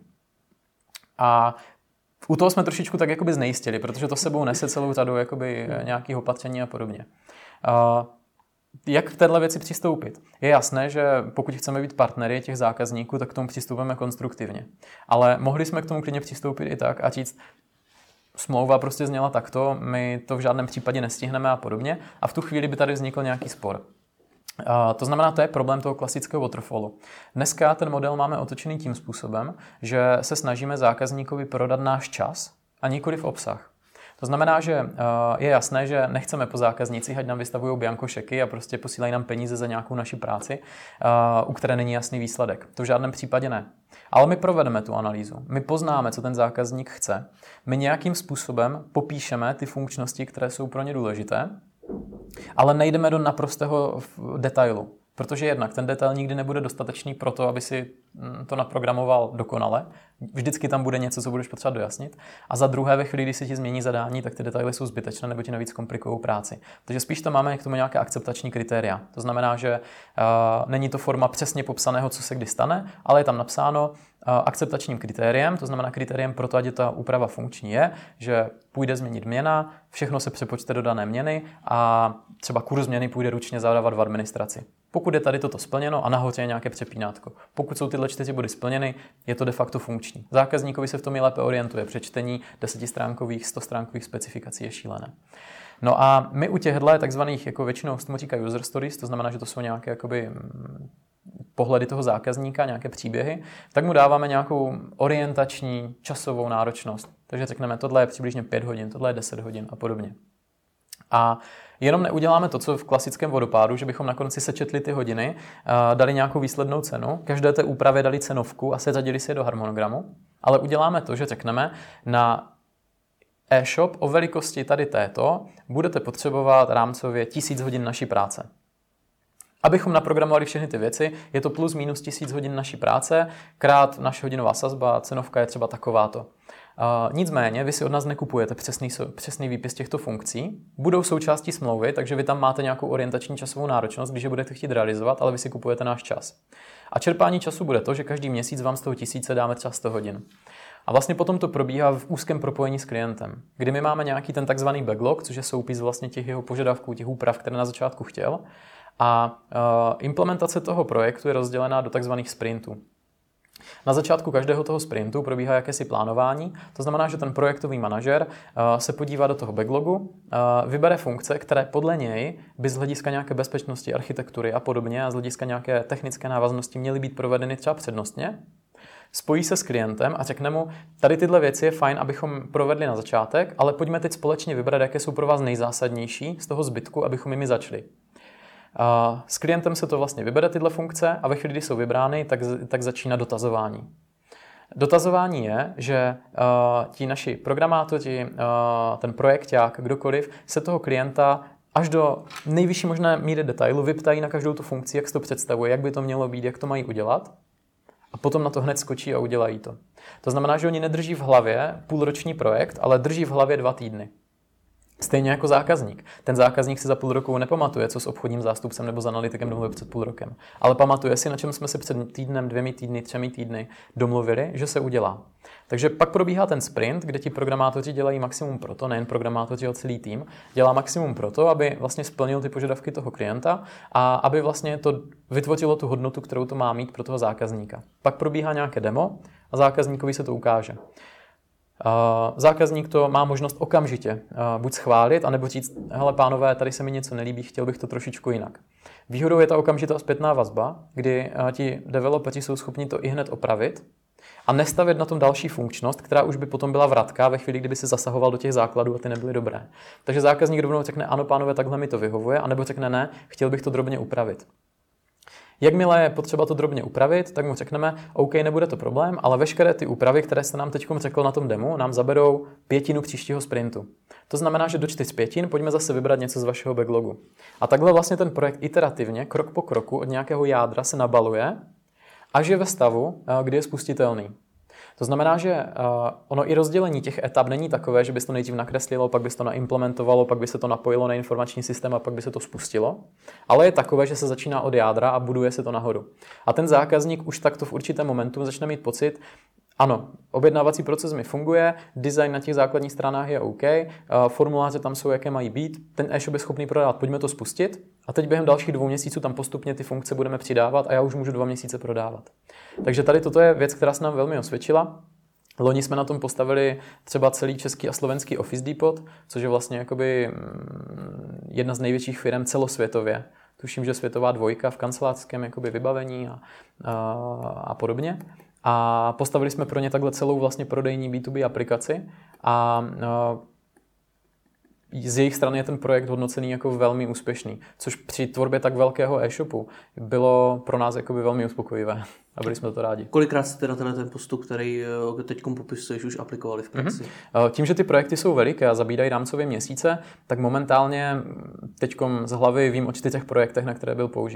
Speaker 2: A u toho jsme trošičku tak jakoby znejistili, protože to sebou nese celou řadu jakoby nějakých opatření a podobně. Uh, Jak k této věci přistoupit? Je jasné, že pokud chceme být partnery těch zákazníků, tak k tomu přistupujeme konstruktivně. Ale mohli jsme k tomu klidně přistoupit i tak a říct, smlouva prostě zněla takto, my to v žádném případě nestihneme a podobně. A v tu chvíli by tady vznikl nějaký spor. A to znamená, to je problém toho klasického waterfallu. Dneska ten model máme otočený tím způsobem, že se snažíme zákazníkovi prodat náš čas a nikoliv obsah. To znamená, že je jasné, že nechceme po zákaznících, ať nám vystavují bianko šeky a prostě posílají nám peníze za nějakou naši práci, u které není jasný výsledek. To v žádném případě ne. Ale my provedeme tu analýzu. My poznáme, co ten zákazník chce. My nějakým způsobem popíšeme ty funkčnosti, které jsou pro ně důležité, ale nejdeme do naprostého detailu. Protože jednak ten detail nikdy nebude dostatečný pro to, aby si to naprogramoval dokonale. Vždycky tam bude něco, co budeš potřebovat dojasnit. A za druhé, ve chvíli, kdy se ti změní zadání, tak ty detaily jsou zbytečné nebo ti navíc komplikují práci. Takže spíš to máme k tomu nějaké akceptační kritéria. To znamená, že uh, není to forma přesně popsaného, co se kdy stane, ale je tam napsáno uh, akceptačním kritériem, to znamená kritériem pro to, ať je ta úprava funkční je, že půjde změnit měna, všechno se přepočte do dané měny a třeba kurz měny půjde ručně zadávat v administraci. Pokud je tady toto splněno a nahoře je nějaké přepínátko. Pokud jsou tyhle čtyři body splněny, je to de facto funkční. Zákazníkovi se v tom i lépe orientuje. Přečtení desetistránkových, stostránkových specifikací je šílené. No a my u těchto takzvaných, jako většinou se tomu říká user stories, to znamená, že to jsou nějaké jakoby pohledy toho zákazníka, nějaké příběhy, tak mu dáváme nějakou orientační časovou náročnost. Takže řekneme, tohle je přibližně pět hodin, tohle je deset hodin a podobně. A jenom neuděláme to, co v klasickém vodopádu, že bychom na konci sečetli ty hodiny, dali nějakou výslednou cenu, každé té úpravě dali cenovku a seřadili si je do harmonogramu, ale uděláme to, že řekneme, na e-shop o velikosti tady této budete potřebovat rámcově tisíc hodin naší práce. Abychom naprogramovali všechny ty věci, je to plus minus tisíc hodin naší práce, krát naše hodinová sazba, cenovka je třeba takováto. Uh, nicméně, vy si od nás nekupujete přesný, přesný výpis těchto funkcí, budou součástí smlouvy, takže vy tam máte nějakou orientační časovou náročnost, když je budete chtít realizovat, ale vy si kupujete náš čas. A čerpání času bude to, že každý měsíc vám z toho tisíce dáme třeba sto hodin. A vlastně potom to probíhá v úzkém propojení s klientem, kdy my máme nějaký ten takzvaný backlog, což je soupis vlastně těch jeho požadavků, těch úprav, které na začátku chtěl. A uh, implementace toho projektu je rozdělená do takzvaných sprintů. Na začátku každého toho sprintu probíhá jakési plánování, to znamená, že ten projektový manažer uh, se podívá do toho backlogu, uh, vybere funkce, které podle něj by z hlediska nějaké bezpečnosti, architektury a podobně a z hlediska nějaké technické návaznosti měly být provedeny třeba přednostně, spojí se s klientem a řekne mu, tady tyhle věci je fajn, abychom provedli na začátek, ale pojďme teď společně vybrat, jaké jsou pro vás nejzásadnější z toho zbytku, abychom jimi začali. Uh, s klientem se to vlastně vybere tyhle funkce a ve chvíli, kdy jsou vybrány, tak, tak začíná dotazování. Dotazování je, že uh, ti naši programátoři, uh, ten projekták, kdokoliv, se toho klienta až do nejvyšší možné míry detailu vyptají na každou tu funkci, jak si to představuje, jak by to mělo být, jak to mají udělat. A potom na to hned skočí a udělají to. To znamená, že oni nedrží v hlavě půlroční projekt, ale drží v hlavě dva týdny. Stejně jako zákazník. Ten zákazník si za půl roku nepamatuje, co s obchodním zástupcem nebo s analytikem domluvil před půl rokem. Ale pamatuje si, na čem jsme se před týdnem, dvěmi týdny, třemi týdny domluvili, že se udělá. Takže pak probíhá ten sprint, kde ti programátoři dělají maximum pro to, nejen programátoři, ale celý tým, dělá maximum pro to, aby vlastně splnil ty požadavky toho klienta a aby vlastně to vytvořilo tu hodnotu, kterou to má mít pro toho zákazníka. Pak probíhá nějaké demo a zákazníkovi se to ukáže. Uh, zákazník to má možnost okamžitě uh, buď schválit, anebo říct, hele pánové, tady se mi něco nelíbí, chtěl bych to trošičku jinak. Výhodou je ta okamžitá zpětná vazba, kdy uh, ti developeři jsou schopni to i hned opravit a nestavit na tom další funkčnost, která už by potom byla vratka ve chvíli, kdyby se zasahoval do těch základů a ty nebyly dobré. Takže zákazník rovnou řekne, ano pánové, takhle mi to vyhovuje, anebo řekne ne, chtěl bych to drobně upravit. Jakmile je potřeba to drobně upravit, tak mu řekneme, OK, nebude to problém, ale veškeré ty úpravy, které jste nám teď řekl na tom demo, nám zaberou pětinu příštího sprintu. To znamená, že do čtyř pětin pojďme zase vybrat něco z vašeho backlogu. A takhle vlastně ten projekt iterativně, krok po kroku od nějakého jádra se nabaluje, až je ve stavu, kdy je spustitelný. To znamená, že ono i rozdělení těch etap není takové, že by se to nejdřív nakreslilo, pak by se to naimplementovalo, pak by se to napojilo na informační systém a pak by se to spustilo. Ale je takové, že se začíná od jádra a buduje se to nahoru. A ten zákazník už takto v určitém momentu začne mít pocit, ano, objednávací proces mi funguje, design na těch základních stranách je OK, formuláře tam jsou, jaké mají být, ten e-shop je schopný prodávat, pojďme to spustit a teď během dalších dvou měsíců tam postupně ty funkce budeme přidávat a já už můžu dva měsíce prodávat. Takže tady toto je věc, která se nám velmi osvědčila. Loni jsme na tom postavili třeba celý český a slovenský Office Depot, což je vlastně jakoby jedna z největších firm celosvětově. Tuším, že světová dvojka v kancelářském jakoby vybavení a, a, a podobně. A postavili jsme pro ně takhle celou vlastně prodejní bé dvě bé aplikaci a, a z jejich strany je ten projekt hodnocený jako velmi úspěšný, což při tvorbě tak velkého e-shopu bylo pro nás jakoby velmi uspokojivé a byli jsme to rádi.
Speaker 1: Kolikrát jste na tenhle ten postup, který teď popisuješ, už aplikovali v praxi?
Speaker 2: Mm-hmm. Tím, že ty projekty jsou veliké a zabírají rámcově měsíce, tak momentálně teďkom z hlavy vím o čtyřech projektech, na které byl použit.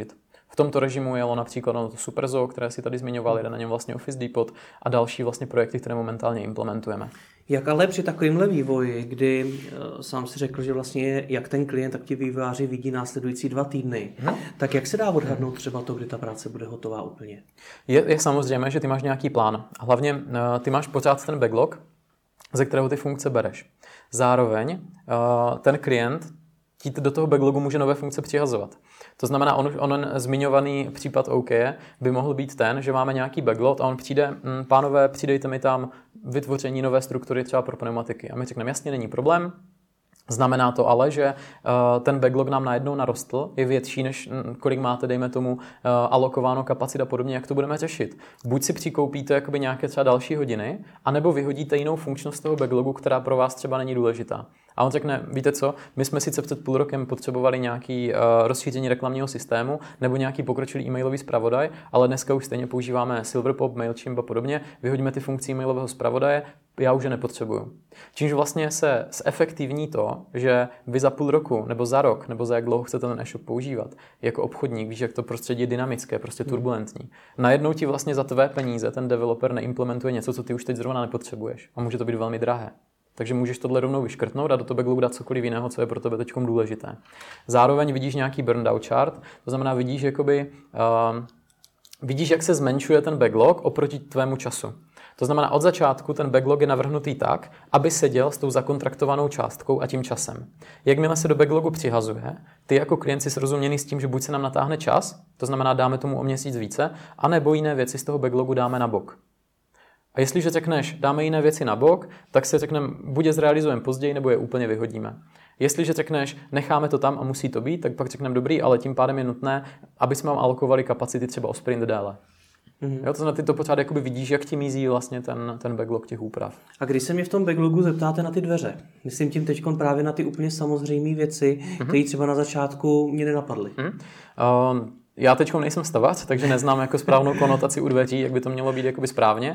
Speaker 2: V tomto režimu jelo například no, to SuperZoo, které si tady zmiňovali, jde na něm vlastně Office Depot a další vlastně projekty, které momentálně implementujeme.
Speaker 1: Jak ale při takovémhle vývoji, kdy uh, sám si řekl, že vlastně jak ten klient, tak ti vývojáři vidí následující dva týdny, hmm. tak jak se dá odhadnout třeba to, kdy ta práce bude hotová úplně?
Speaker 2: Je, je samozřejmě, že ty máš nějaký plán. Hlavně uh, ty máš pořád ten backlog, ze kterého ty funkce bereš. Zároveň uh, ten klient ti do toho backlogu může nové funkce přihazovat. To znamená, on, on zmiňovaný případ OK by mohl být ten, že máme nějaký backlog a on přijde, hm, pánové, přidejte mi tam vytvoření nové struktury třeba pro pneumatiky. A my řekneme, jasně, není problém. Znamená to ale, že uh, ten backlog nám najednou narostl, je větší, než m, kolik máte, dejme tomu, uh, alokováno kapacita a podobně, jak to budeme řešit. Buď si přikoupíte jakoby nějaké třeba další hodiny, anebo vyhodíte jinou funkčnost toho backlogu, která pro vás třeba není důležitá. A on řekne, víte co, my jsme sice před půl rokem potřebovali nějaký uh, rozšíření reklamního systému nebo nějaký pokročilý e-mailový zpravodaj, ale dneska už stejně používáme Silverpop, Mailchimp a podobně, vyhodíme ty funkci e-mailového zpravodaje, já už je nepotřebuju. Čímž vlastně se zefektivní to, že vy za půl roku, nebo za rok, nebo za jak dlouho chcete ten e-shop používat, jako obchodník, víš, jak to prostředí je dynamické, prostě turbulentní. Najednou ti vlastně za tvé peníze ten developer neimplementuje něco, co ty už teď zrovna nepotřebuješ. A může to být velmi drahé. Takže můžeš tohle rovnou vyškrtnout a do toho backlogu dát cokoliv jiného, co je pro tebe teď důležité. Zároveň vidíš nějaký burndown chart, to znamená, vidíš, jakoby, uh, vidíš, jak se zmenšuje ten backlog oproti tvému času. To znamená, od začátku ten backlog je navrhnutý tak, aby seděl s tou zakontraktovanou částkou a tím časem. Jakmile se do backlogu přihazuje, ty jako klient jsi srozuměný s tím, že buď se nám natáhne čas, to znamená, dáme tomu o měsíc více, anebo jiné věci z toho backlogu dáme na bok. A jestliže řekneš, dáme jiné věci na bok, tak si řekneme, buď je zrealizujeme později, nebo je úplně vyhodíme. Jestliže řekneš, necháme to tam a musí to být, tak pak řekneme, dobrý, ale tím pádem je nutné, aby jsme vám alokovali kapacity třeba o sprint déle. Mm-hmm. Jo, to znamená, ty to pořád jakoby vidíš, jak ti mizí vlastně ten, ten backlog těch úprav.
Speaker 1: A když se mě v tom backlogu zeptáte na ty dveře, myslím tím teď právě na ty úplně samozřejmé věci, mm-hmm. které třeba na začátku mě nenapadly. Mm-hmm.
Speaker 2: Uh, Já teď nejsem stavař, takže neznám jako správnou konotaci u dveří, jak by to mělo být jakoby správně.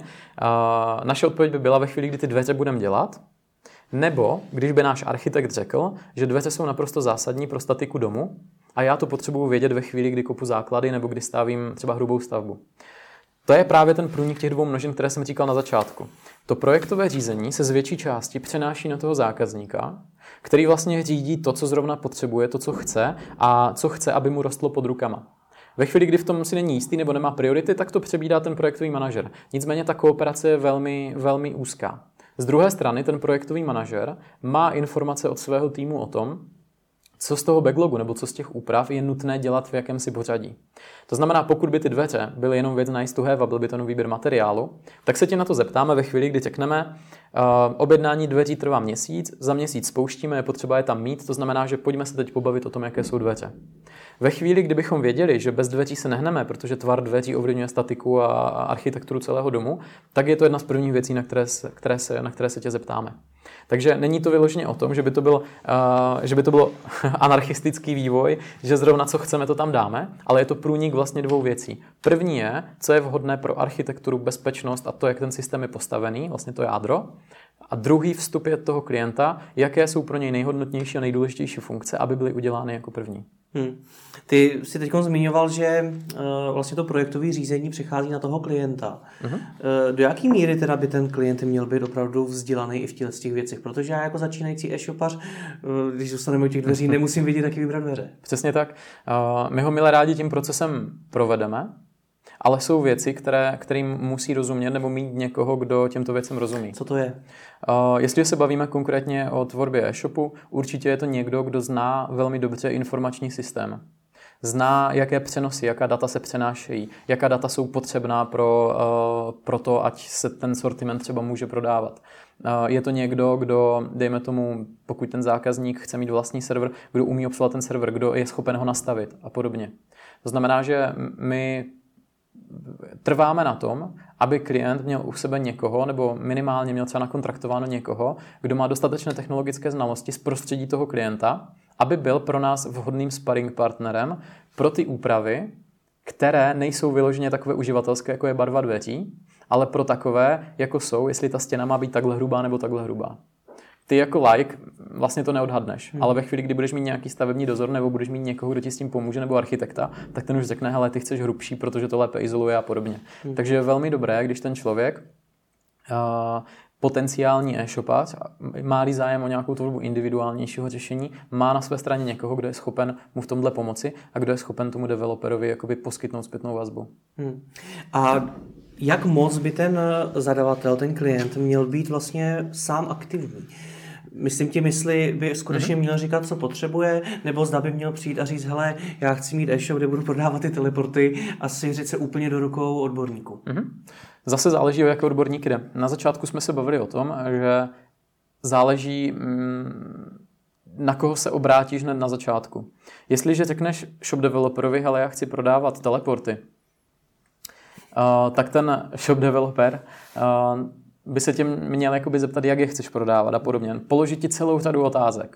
Speaker 2: Uh, naše odpověď by byla ve chvíli, kdy ty dveře budeme dělat, nebo když by náš architekt řekl, že dveře jsou naprosto zásadní pro statiku domu a já to potřebuji vědět ve chvíli, kdy kopu základy nebo kdy stavím třeba hrubou stavbu. To je právě ten průnik těch dvou množin, které jsem říkal na začátku. To projektové řízení se z větší části přenáší na toho zákazníka, který vlastně řídí to, co zrovna potřebuje, to, co chce a co chce, aby mu rostlo pod rukama. Ve chvíli, kdy v tom si není jistý nebo nemá priority, tak to přebírá ten projektový manažer. Nicméně ta kooperace je velmi, velmi úzká. Z druhé strany ten projektový manažer má informace od svého týmu o tom, co z toho backlogu nebo co z těch úprav je nutné dělat v jakémsi pořadí. To znamená, pokud by ty dveře byly jenom věc nice to have a byl by to nový výběr materiálu, tak se tě na to zeptáme ve chvíli, kdy řekneme, uh, objednání dveří trvá měsíc, za měsíc spouštíme, je potřeba je tam mít, to znamená, že pojďme se teď pobavit o tom, jaké jsou dveře. Ve chvíli, kdybychom věděli, že bez dveří se nehneme, protože tvar dveří ovlivňuje statiku a architekturu celého domu, tak je to jedna z prvních věcí, na které se, které se, na které se tě zeptáme. Takže není to vyloženě o tom, že by to, byl, uh, že by to bylo anarchistický vývoj, že zrovna co chceme, to tam dáme, ale je to průnik vlastně dvou věcí. První je, co je vhodné pro architekturu, bezpečnost a to, jak ten systém je postavený, vlastně to jádro. A druhý vstup je toho klienta, jaké jsou pro něj nejhodnotnější a nejdůležitější funkce, aby byly udělány jako první.
Speaker 1: Hmm. Ty jsi teď zmiňoval, že uh, vlastně to projektové řízení přichází na toho klienta. Uh-huh. Uh, do jaký míry teda by ten klient měl být opravdu vzdělaný i v těch, těch věcech? Protože já jako začínající e-shopař, uh, když dostaneme u těch dveří, nemusím vědět, jak vybrat dveře.
Speaker 2: Přesně tak. Uh, my ho milé rádi tím procesem provedeme, ale jsou věci, které, kterým musí rozumět nebo mít někoho, kdo těmto věcem rozumí.
Speaker 1: Co to je?
Speaker 2: Uh, jestli se bavíme konkrétně o tvorbě e-shopu, určitě je to někdo, kdo zná velmi dobře informační systém. Zná, jaké přenosy, jaká data se přenášejí, jaká data jsou potřebná pro, uh, pro to, ať se ten sortiment třeba může prodávat. Uh, je to někdo, kdo, dejme tomu, pokud ten zákazník chce mít vlastní server, kdo umí obsluhovat ten server, kdo je schopen ho nastavit a podobně. To znamená, že my trváme na tom, aby klient měl u sebe někoho, nebo minimálně měl třeba nakontraktováno někoho, kdo má dostatečné technologické znalosti z prostředí toho klienta, aby byl pro nás vhodným sparring partnerem pro ty úpravy, které nejsou vyloženě takové uživatelské, jako je barva dveří, ale pro takové, jako jsou, jestli ta stěna má být takhle hrubá nebo takhle hrubá. ty jako like vlastně to neodhadneš, hmm. ale ve chvíli, kdy budeš mít nějaký stavební dozor nebo budeš mít někoho, kdo ti s tím pomůže, nebo architekta, tak ten už řekne, hele, ty chceš hrubší, protože to lépe izoluje a podobně. Hmm. Takže je velmi dobré, když ten člověk uh, potenciální e-shopař, má-li zájem o nějakou tvorbu individuálnějšího řešení, má na své straně někoho, kdo je schopen mu v tomhle pomoci a kdo je schopen tomu developerovi jakoby poskytnout zpětnou vazbu.
Speaker 1: Hmm. A jak moc by ten zadavatel, ten klient měl být vlastně sám aktivní? Myslím tím, jestli by skutečně měl říkat, co potřebuje, nebo zda by měl přijít a říct, hele, já chci mít e-shop, kde budu prodávat ty teleporty a svěřit se úplně do rukou odborníků.
Speaker 2: Mm-hmm. Zase záleží, o jaké odborníky jde. Na začátku jsme se bavili o tom, že záleží, na koho se obrátíš hned na začátku. Jestliže řekneš shop developerovi, hele, já chci prodávat teleporty, tak ten shop developer by se tě měl jakoby zeptat, jak je chceš prodávat a podobně. Položit ti celou řadu otázek.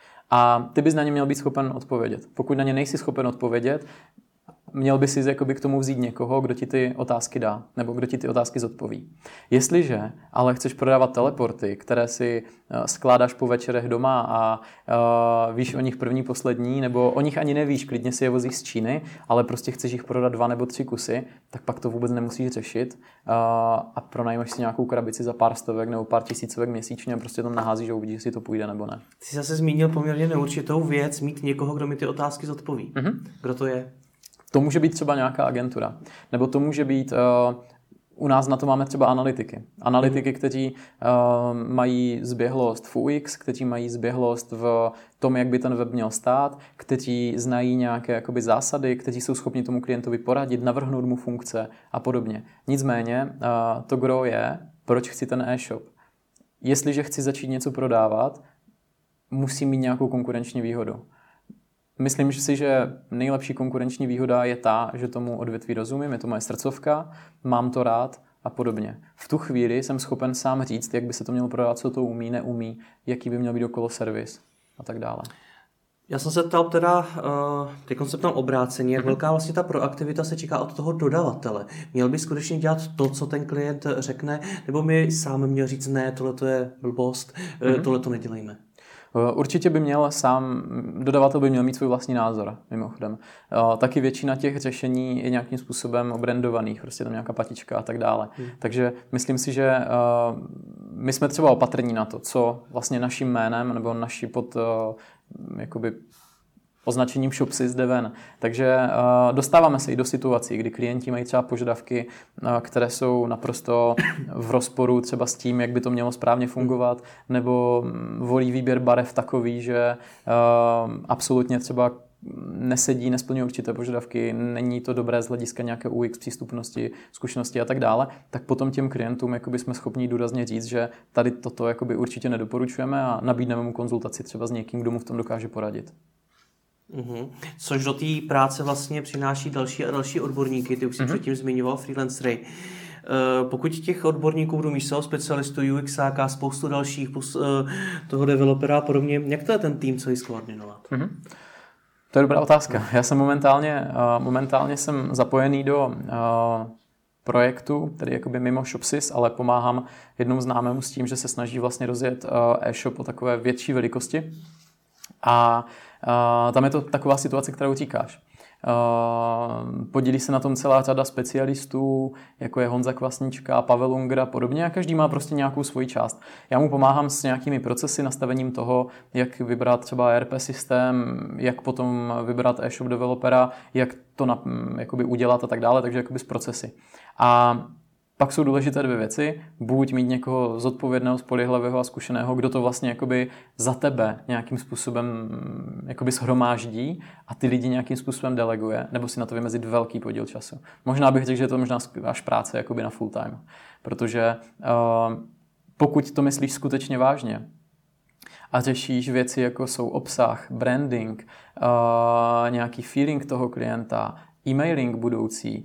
Speaker 2: A ty bys na ně měl být schopen odpovědět. Pokud na ně nejsi schopen odpovědět, měl by si jakoby k tomu vzít někoho, kdo ti ty otázky dá, nebo kdo ti ty otázky zodpoví. Jestliže ale chceš prodávat teleporty, které si skládáš po večerech doma a uh, víš o nich první, poslední, nebo o nich ani nevíš, klidně si je vozíš z Číny, ale prostě chceš jich prodat dva nebo tři kusy, tak pak to vůbec nemusíš řešit uh, a pronajmeš si nějakou krabici za pár stovek nebo pár tisícovek měsíčně a prostě tam naházíš a uvidíš, jestli to půjde nebo ne.
Speaker 1: Ty jsi zase zmínil poměrně neurčitou věc, mít někoho, kdo mi ty otázky zodpoví. Mm-hmm. Kdo to je?
Speaker 2: To může být třeba nějaká agentura, nebo to může být, uh, u nás na to máme třeba analytiky. Analytiky, kteří uh, mají zběhlost v U X, kteří mají zběhlost v tom, jak by ten web měl stát, kteří znají nějaké jakoby zásady, kteří jsou schopni tomu klientovi poradit, navrhnout mu funkce a podobně. Nicméně uh, to gro je, proč chci ten e-shop. Jestliže chci začít něco prodávat, musím mít nějakou konkurenční výhodu. Myslím si, že nejlepší konkurenční výhoda je ta, že tomu odvětví rozumím, je to moje srdcovka, mám to rád a podobně. V tu chvíli jsem schopen sám říct, jak by se to mělo prodávat, co to umí, neumí, jaký by měl být okolo servis a tak dále.
Speaker 1: Já jsem se ptal teda, teď se ptal obrácení, jak velká vlastně ta proaktivita se čeká od toho dodavatele. Měl by skutečně dělat to, co ten klient řekne, nebo mi sám měl říct, ne, tohle to je blbost, mm-hmm. tohle to nedělejme.
Speaker 2: Určitě by měl sám, dodavatel by měl mít svůj vlastní názor, mimochodem. Taky většina těch řešení je nějakým způsobem obrandovaných, prostě tam nějaká patička a tak dále. Hmm. Takže myslím si, že my jsme třeba opatrní na to, co vlastně naším jménem nebo naší pod jakoby označením ShopSys jde ven. Takže uh, dostáváme se i do situací, kdy klienti mají třeba požadavky, uh, které jsou naprosto v rozporu třeba s tím, jak by to mělo správně fungovat, nebo volí výběr barev takový, že uh, absolutně třeba nesedí, nesplňují určité požadavky, není to dobré z hlediska nějaké U X přístupnosti, zkušenosti a tak dále, tak potom těm klientům jakoby jsme schopni důrazně říct, že tady toto jakoby určitě nedoporučujeme a nabídneme mu konzultaci třeba s někým, kdo mu v tom dokáže poradit.
Speaker 1: Uhum. Což do té práce vlastně přináší další a další odborníky, ty už jsi mm-hmm. předtím zmiňoval freelancery. Uh, pokud těch odborníků budu mít specialistů, UXáka, spoustu dalších, plus, uh, toho developera a podobně, jak to je ten tým, co ji skoordinovat? Mm-hmm.
Speaker 2: To je dobrá otázka. Já jsem momentálně, uh, momentálně jsem zapojený do uh, projektu, tedy jakoby mimo ShopSys, ale pomáhám jednomu známému s tím, že se snaží vlastně rozjet uh, e-shop o takové větší velikosti. A Uh, tam je to taková situace, kterou říkáš. Uh, podílí se na tom celá řada specialistů, jako je Honza Kvasnička, Pavel Unger a podobně a každý má prostě nějakou svoji část. Já mu pomáhám s nějakými procesy, nastavením toho, jak vybrat třeba E R P systém, jak potom vybrat e-shop developera, jak to na, jakoby udělat a tak dále, takže jakoby s procesy. A pak jsou důležité dvě věci, buď mít někoho zodpovědného, spolehlivého a zkušeného, kdo to vlastně jakoby za tebe nějakým způsobem jakoby shromáždí a ty lidi nějakým způsobem deleguje, nebo si na to vymezit velký podíl času. Možná bych řekl, že je to možná až práce jakoby na full time, protože uh, pokud to myslíš skutečně vážně a řešíš věci, jako jsou obsah, branding, uh, nějaký feeling toho klienta, e-mailing budoucí,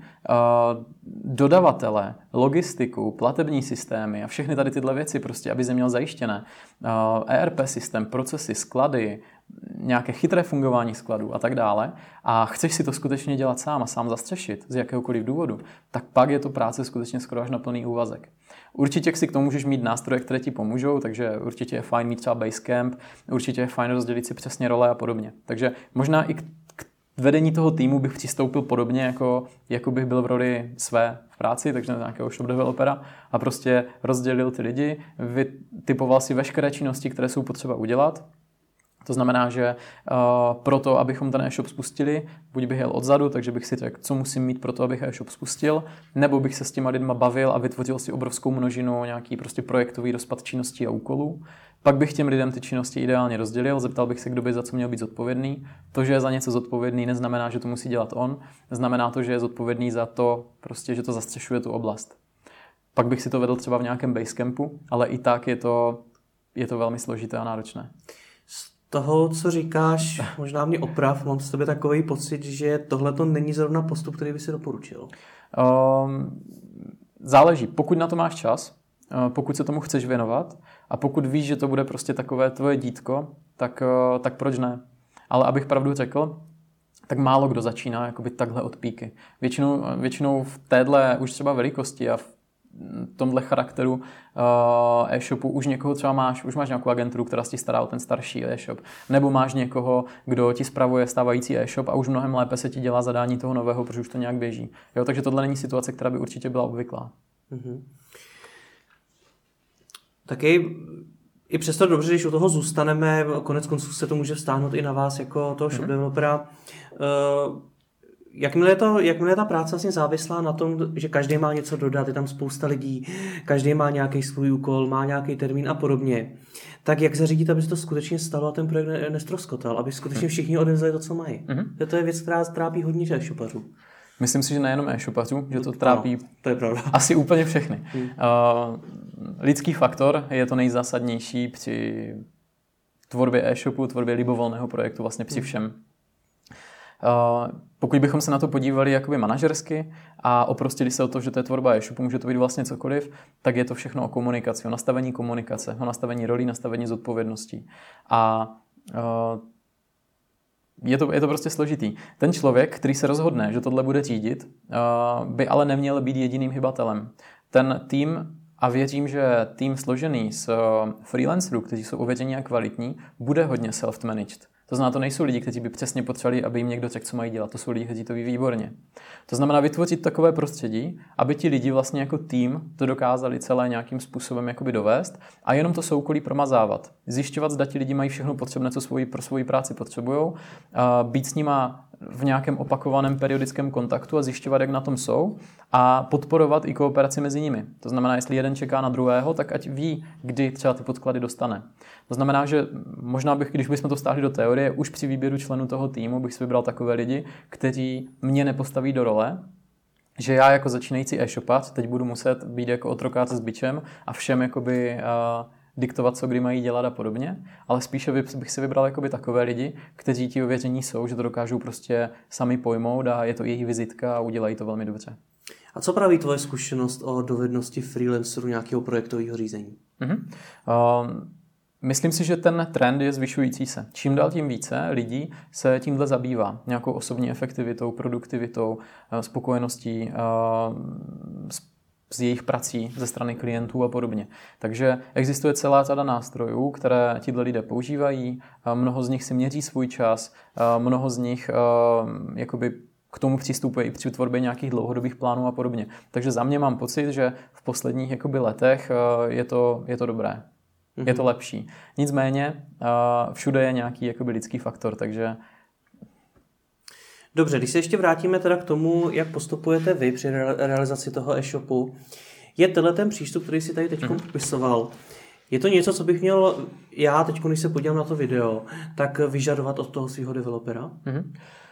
Speaker 2: dodavatele, logistiku, platební systémy a všechny tady tyhle věci prostě, aby jsi měl zajištěné. E R P systém, procesy, sklady, nějaké chytré fungování skladu a tak dále a chceš si to skutečně dělat sám a sám zastřešit z jakéhokoliv důvodu, tak pak je to práce skutečně skoro až na plný úvazek. Určitě si k tomu můžeš mít nástroje, které ti pomůžou, takže určitě je fajn mít třeba Basecamp, určitě je fajn rozdělit si přesně role a podobně. Takže možná i k, k vedení toho týmu bych přistoupil podobně, jako, jako bych byl v roli své v práci, takže na nějakého shop developera a prostě rozdělil ty lidi, vytipoval si veškeré činnosti, které jsou potřeba udělat. To znamená, že uh, proto, abychom ten e-shop spustili, buď bych jel odzadu, takže bych si řekl, co musím mít pro to, abych e-shop spustil, nebo bych se s těma lidma bavil a vytvořil si obrovskou množinu nějaký prostě projektový rozpad činností a úkolů. Pak bych těm lidem ty činnosti ideálně rozdělil, zeptal bych se, kdo by za co měl být zodpovědný. To, že je za něco zodpovědný, neznamená, že to musí dělat on, znamená to, že je zodpovědný za to, prostě, že to zastřešuje tu oblast. Pak bych si to vedl třeba v nějakém Basecampu, ale i tak je to, je to velmi složité a náročné.
Speaker 1: Toho, co říkáš, možná mě oprav, mám z tebe takový pocit, že tohle to není zrovna postup, který by si doporučil.
Speaker 2: Um, záleží. Pokud na to máš čas, pokud se tomu chceš věnovat a pokud víš, že to bude prostě takové tvoje dítko, tak, tak proč ne? Ale abych pravdu řekl, tak málo kdo začíná jakoby takhle od píky. Většinou, většinou v téhle už třeba velikosti a v tomhle charakteru uh, e-shopu už někoho třeba máš, už máš nějakou agenturu, která si stará o ten starší e-shop, nebo máš někoho, kdo ti spravuje stávající e-shop a už mnohem lépe se ti dělá zadání toho nového, protože už to nějak běží. Jo, takže tohle není situace, která by určitě byla obvyklá. Mm-hmm.
Speaker 1: Taky i přesto dobře, když u toho zůstaneme, konec konců se to může vztáhnout i na vás jako toho shop mm-hmm. developera. Uh, Jakmile je, to, jakmile je ta práce vlastně závislá na tom, že každý má něco dodat, je tam spousta lidí, každý má nějaký svůj úkol, má nějaký termín a podobně, tak jak zařídit, aby se to skutečně stalo a ten projekt nestroskotal, aby skutečně všichni odevzali to, co mají. Mm-hmm. To je věc, která trápí hodně e-shopařů.
Speaker 2: Myslím si, že nejenom e-shopařů, že to trápí
Speaker 1: no, to je pravda.
Speaker 2: Asi úplně všechny. Mm. Uh, lidský faktor je to nejzásadnější při tvorbě e-shopu, tvorbě libovolného projektu, vlastně při všem. Uh, pokud bychom se na to podívali jakoby manažersky a oprostili se o to, že to je tvorba e-shopu, může to být vlastně cokoliv, tak je to všechno o komunikaci, o nastavení komunikace, o nastavení rolí, nastavení zodpovědností. A uh, je to, je to prostě složitý. Ten člověk, který se rozhodne, že tohle bude řídit, uh, by ale neměl být jediným hybatelem. Ten tým, a věřím, že tým složený z uh, freelancerů, kteří jsou ověření a kvalitní, bude hodně self-managed. To znamená, to nejsou lidi, kteří by přesně potřebovali, aby jim někdo řekl, co mají dělat. To jsou lidi, kteří to ví výborně. To znamená vytvořit takové prostředí, aby ti lidi vlastně jako tým to dokázali celé nějakým způsobem jakoby dovést a jenom to soukolí promazávat. Zjišťovat, zda ti lidi mají všechno potřebné, co svoji, pro svoji práci potřebují, být s nima v nějakém opakovaném periodickém kontaktu a zjišťovat, jak na tom jsou a podporovat i kooperaci mezi nimi. To znamená, jestli jeden čeká na druhého, tak ať ví, kdy třeba ty podklady dostane. To znamená, že možná bych, když bychom to vztáhli do teorie, už při výběru členů toho týmu bych si vybral takové lidi, kteří mě nepostaví do role, že já jako začínající e-shopař teď budu muset být jako otrokář s bičem a všem jakoby uh, diktovat, co kdy mají dělat a podobně, ale spíše bych si vybral jakoby takové lidi, kteří ti ověření jsou, že to dokážou prostě sami pojmout a je to jejich vizitka a udělají to velmi dobře.
Speaker 1: A co praví tvoje zkušenost o dovednosti freelancerů nějakého projektového řízení?
Speaker 2: Mm-hmm. Uh, Myslím si, že ten trend je zvyšující se. Čím dál tím více lidí se tímhle zabývá. Nějakou osobní efektivitou, produktivitou, spokojeností s jejich prací ze strany klientů a podobně. Takže existuje celá řada nástrojů, které tíhle lidé používají. Mnoho z nich si měří svůj čas, mnoho z nich jakoby k tomu přistupuje i při tvorbě nějakých dlouhodobých plánů a podobně. Takže za mě mám pocit, že v posledních jakoby letech je to, je to dobré. Je to lepší. Nicméně všude je nějaký jakoby lidský faktor, takže...
Speaker 1: Dobře, když se ještě vrátíme teda k tomu, jak postupujete vy při realizaci toho e-shopu, je tenhle ten přístup, který si tady teď mm-hmm. popisoval, je to něco, co bych měl já teď, když se podívám na to video, tak vyžadovat od toho svého developera? Mm-hmm.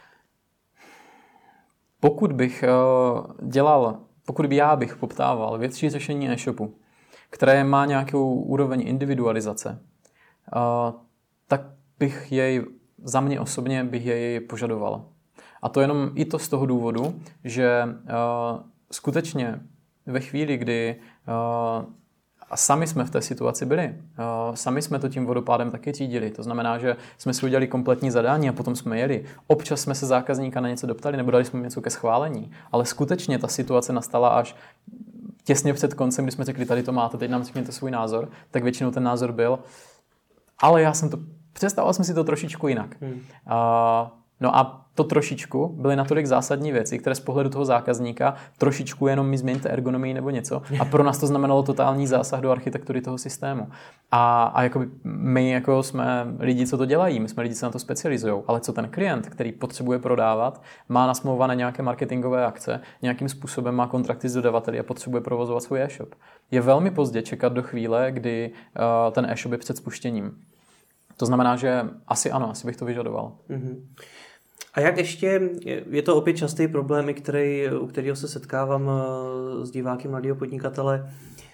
Speaker 2: Pokud bych dělal, pokud by já bych poptával větší řešení e-shopu, které má nějakou úroveň individualizace, tak bych jej, za mě osobně bych jej požadoval. A to jenom i to z toho důvodu, že skutečně ve chvíli, kdy A sami jsme v té situaci byli. Sami jsme to tím vodopádem taky řídili. To znamená, že jsme si udělali kompletní zadání a potom jsme jeli. Občas jsme se zákazníka na něco doptali nebo dali jsme něco ke schválení. Ale skutečně ta situace nastala až těsně před koncem, kdy jsme řekli, tady to máte, teď nám řekněte svůj názor. Tak většinou ten názor byl, ale já jsem to, představoval jsem si to trošičku jinak. Hmm. A, no a to trošičku byly natolik zásadní věci, které z pohledu toho zákazníka trošičku jenom mi změníte ergonomii nebo něco. A pro nás to znamenalo totální zásah do architektury toho systému. A, a jakoby my jako jsme lidi, co to dělají, my jsme lidi, co na to specializují. Ale co ten klient, který potřebuje prodávat, má nasmlouvané nějaké marketingové akce, nějakým způsobem má kontrakty s dodavateli a potřebuje provozovat svůj e-shop. Je velmi pozdě čekat do chvíle, kdy uh, ten e-shop je před spuštěním. To znamená, že asi ano, asi bych to vyžadoval.
Speaker 1: Mm-hmm. A jak ještě, je to opět častý problém, který, u kterého se setkávám s diváky mladého podnikatele,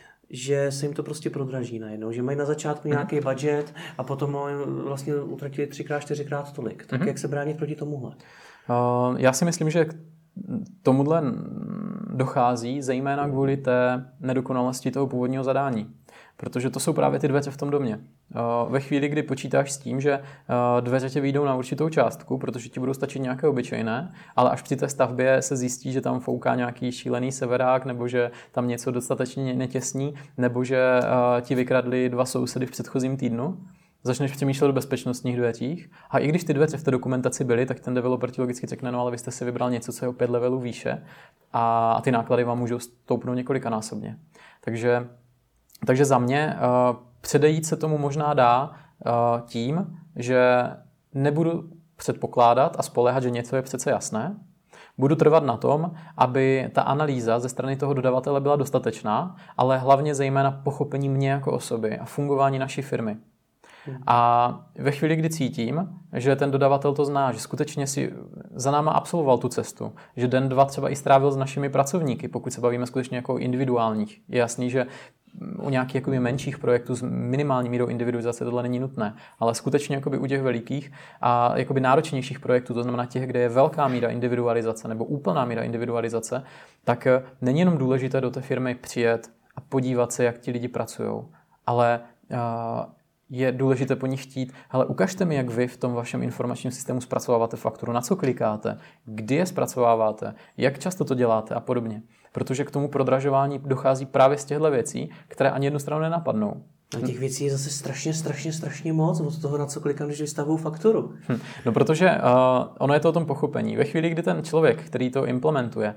Speaker 1: že se jim to prostě prodraží najednou, že mají na začátku nějaký budget a potom vlastně utratili třikrát, čtyřikrát tolik. Tak mm-hmm. jak se bránit proti tomuhle?
Speaker 2: Uh, já si myslím, že k tomuhle dochází zejména kvůli té nedokonalosti toho původního zadání. Protože to jsou právě ty dveře v tom domě. Ve chvíli, kdy počítáš s tím, že dveře tě vyjdou na určitou částku, protože ti budou stačit nějaké obyčejné, ale až při té stavbě se zjistí, že tam fouká nějaký šílený severák, nebo že tam něco dostatečně netěsní, nebo že ti vykradli dva sousedy v předchozím týdnu, začneš přemýšlet o bezpečnostních dveřích. A i když ty dveře v té dokumentaci byly, tak ten developer ti logicky řekne, no ale vy jste si vybral něco, co je o pět levelů výše a ty náklady vám můžou stoupnout několikanásobně. Takže Takže za mě uh, předejít se tomu možná dá uh, tím, že nebudu předpokládat a spoléhat, že něco je přece jasné. Budu trvat na tom, aby ta analýza ze strany toho dodavatele byla dostatečná, ale hlavně zejména pochopení mě jako osoby a fungování naší firmy. A ve chvíli, kdy cítím, že ten dodavatel to zná, že skutečně si za náma absolvoval tu cestu, že den, dva třeba i strávil s našimi pracovníky, pokud se bavíme skutečně jako individuálních. Je jasný, že u nějakých jakoby menších projektů s minimální mírou individualizace tohle není nutné, ale skutečně jakoby u těch velikých a jakoby náročnějších projektů, to znamená těch, kde je velká míra individualizace nebo úplná míra individualizace, tak není jenom důležité do té firmy přijet a podívat se, jak ti lidi pracují, ale uh, je důležité po nich chtít, hele, ukažte mi, jak vy v tom vašem informačním systému zpracováváte fakturu, na co klikáte, kdy je zpracováváte, jak často to děláte a podobně. Protože k tomu prodražování dochází právě z těchto věcí, které ani jednu stranu nenapadnou.
Speaker 1: A těch věcí je zase strašně, strašně, strašně moc od toho, na co klikám, když vystavuju fakturu.
Speaker 2: Hm. No protože uh, ono je to o tom pochopení. Ve chvíli, kdy ten člověk, který to implementuje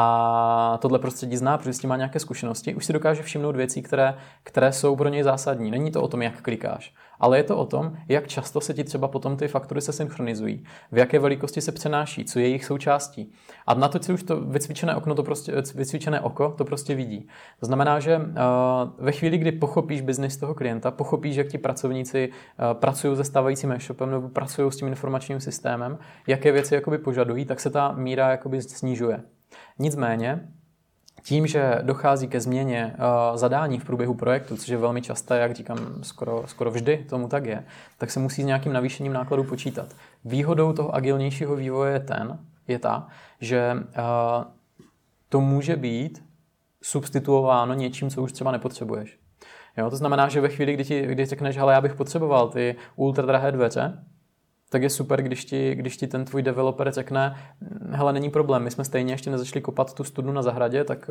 Speaker 2: a tohle prostředí zná, protože s tím má nějaké zkušenosti, už si dokáže všimnout věcí, které, které jsou pro něj zásadní. Není to o tom, jak klikáš, ale je to o tom, jak často se ti třeba potom ty faktury se synchronizují, v jaké velikosti se přenáší, co je jejich součástí. A na to si už to vycvičené okno, to prostě, vycvičené oko to prostě vidí. To znamená, že uh, ve chvíli, kdy pochopíš biznis toho klienta, pochopíš, jak ti pracovníci uh, pracují se stávajícím e-shopem nebo pracují s tím informačním systémem, jaké věci jakoby požadují, tak se ta míra jakoby snižuje. Nicméně, tím, že dochází ke změně uh, zadání v průběhu projektu, což je velmi časté, jak říkám, skoro, skoro vždy tomu tak je, tak se musí s nějakým navýšením nákladů počítat. Výhodou toho agilnějšího vývoje je, ten, je ta, že uh, to může být substituováno něčím, co už třeba nepotřebuješ. Jo, to znamená, že ve chvíli, kdy ti kdy řekneš, hele, já bych potřeboval ty ultradrahé dveře, tak je super, když ti, když ti ten tvůj developer řekne, hele, není problém, my jsme stejně ještě nezačali kopat tu studnu na zahradě, tak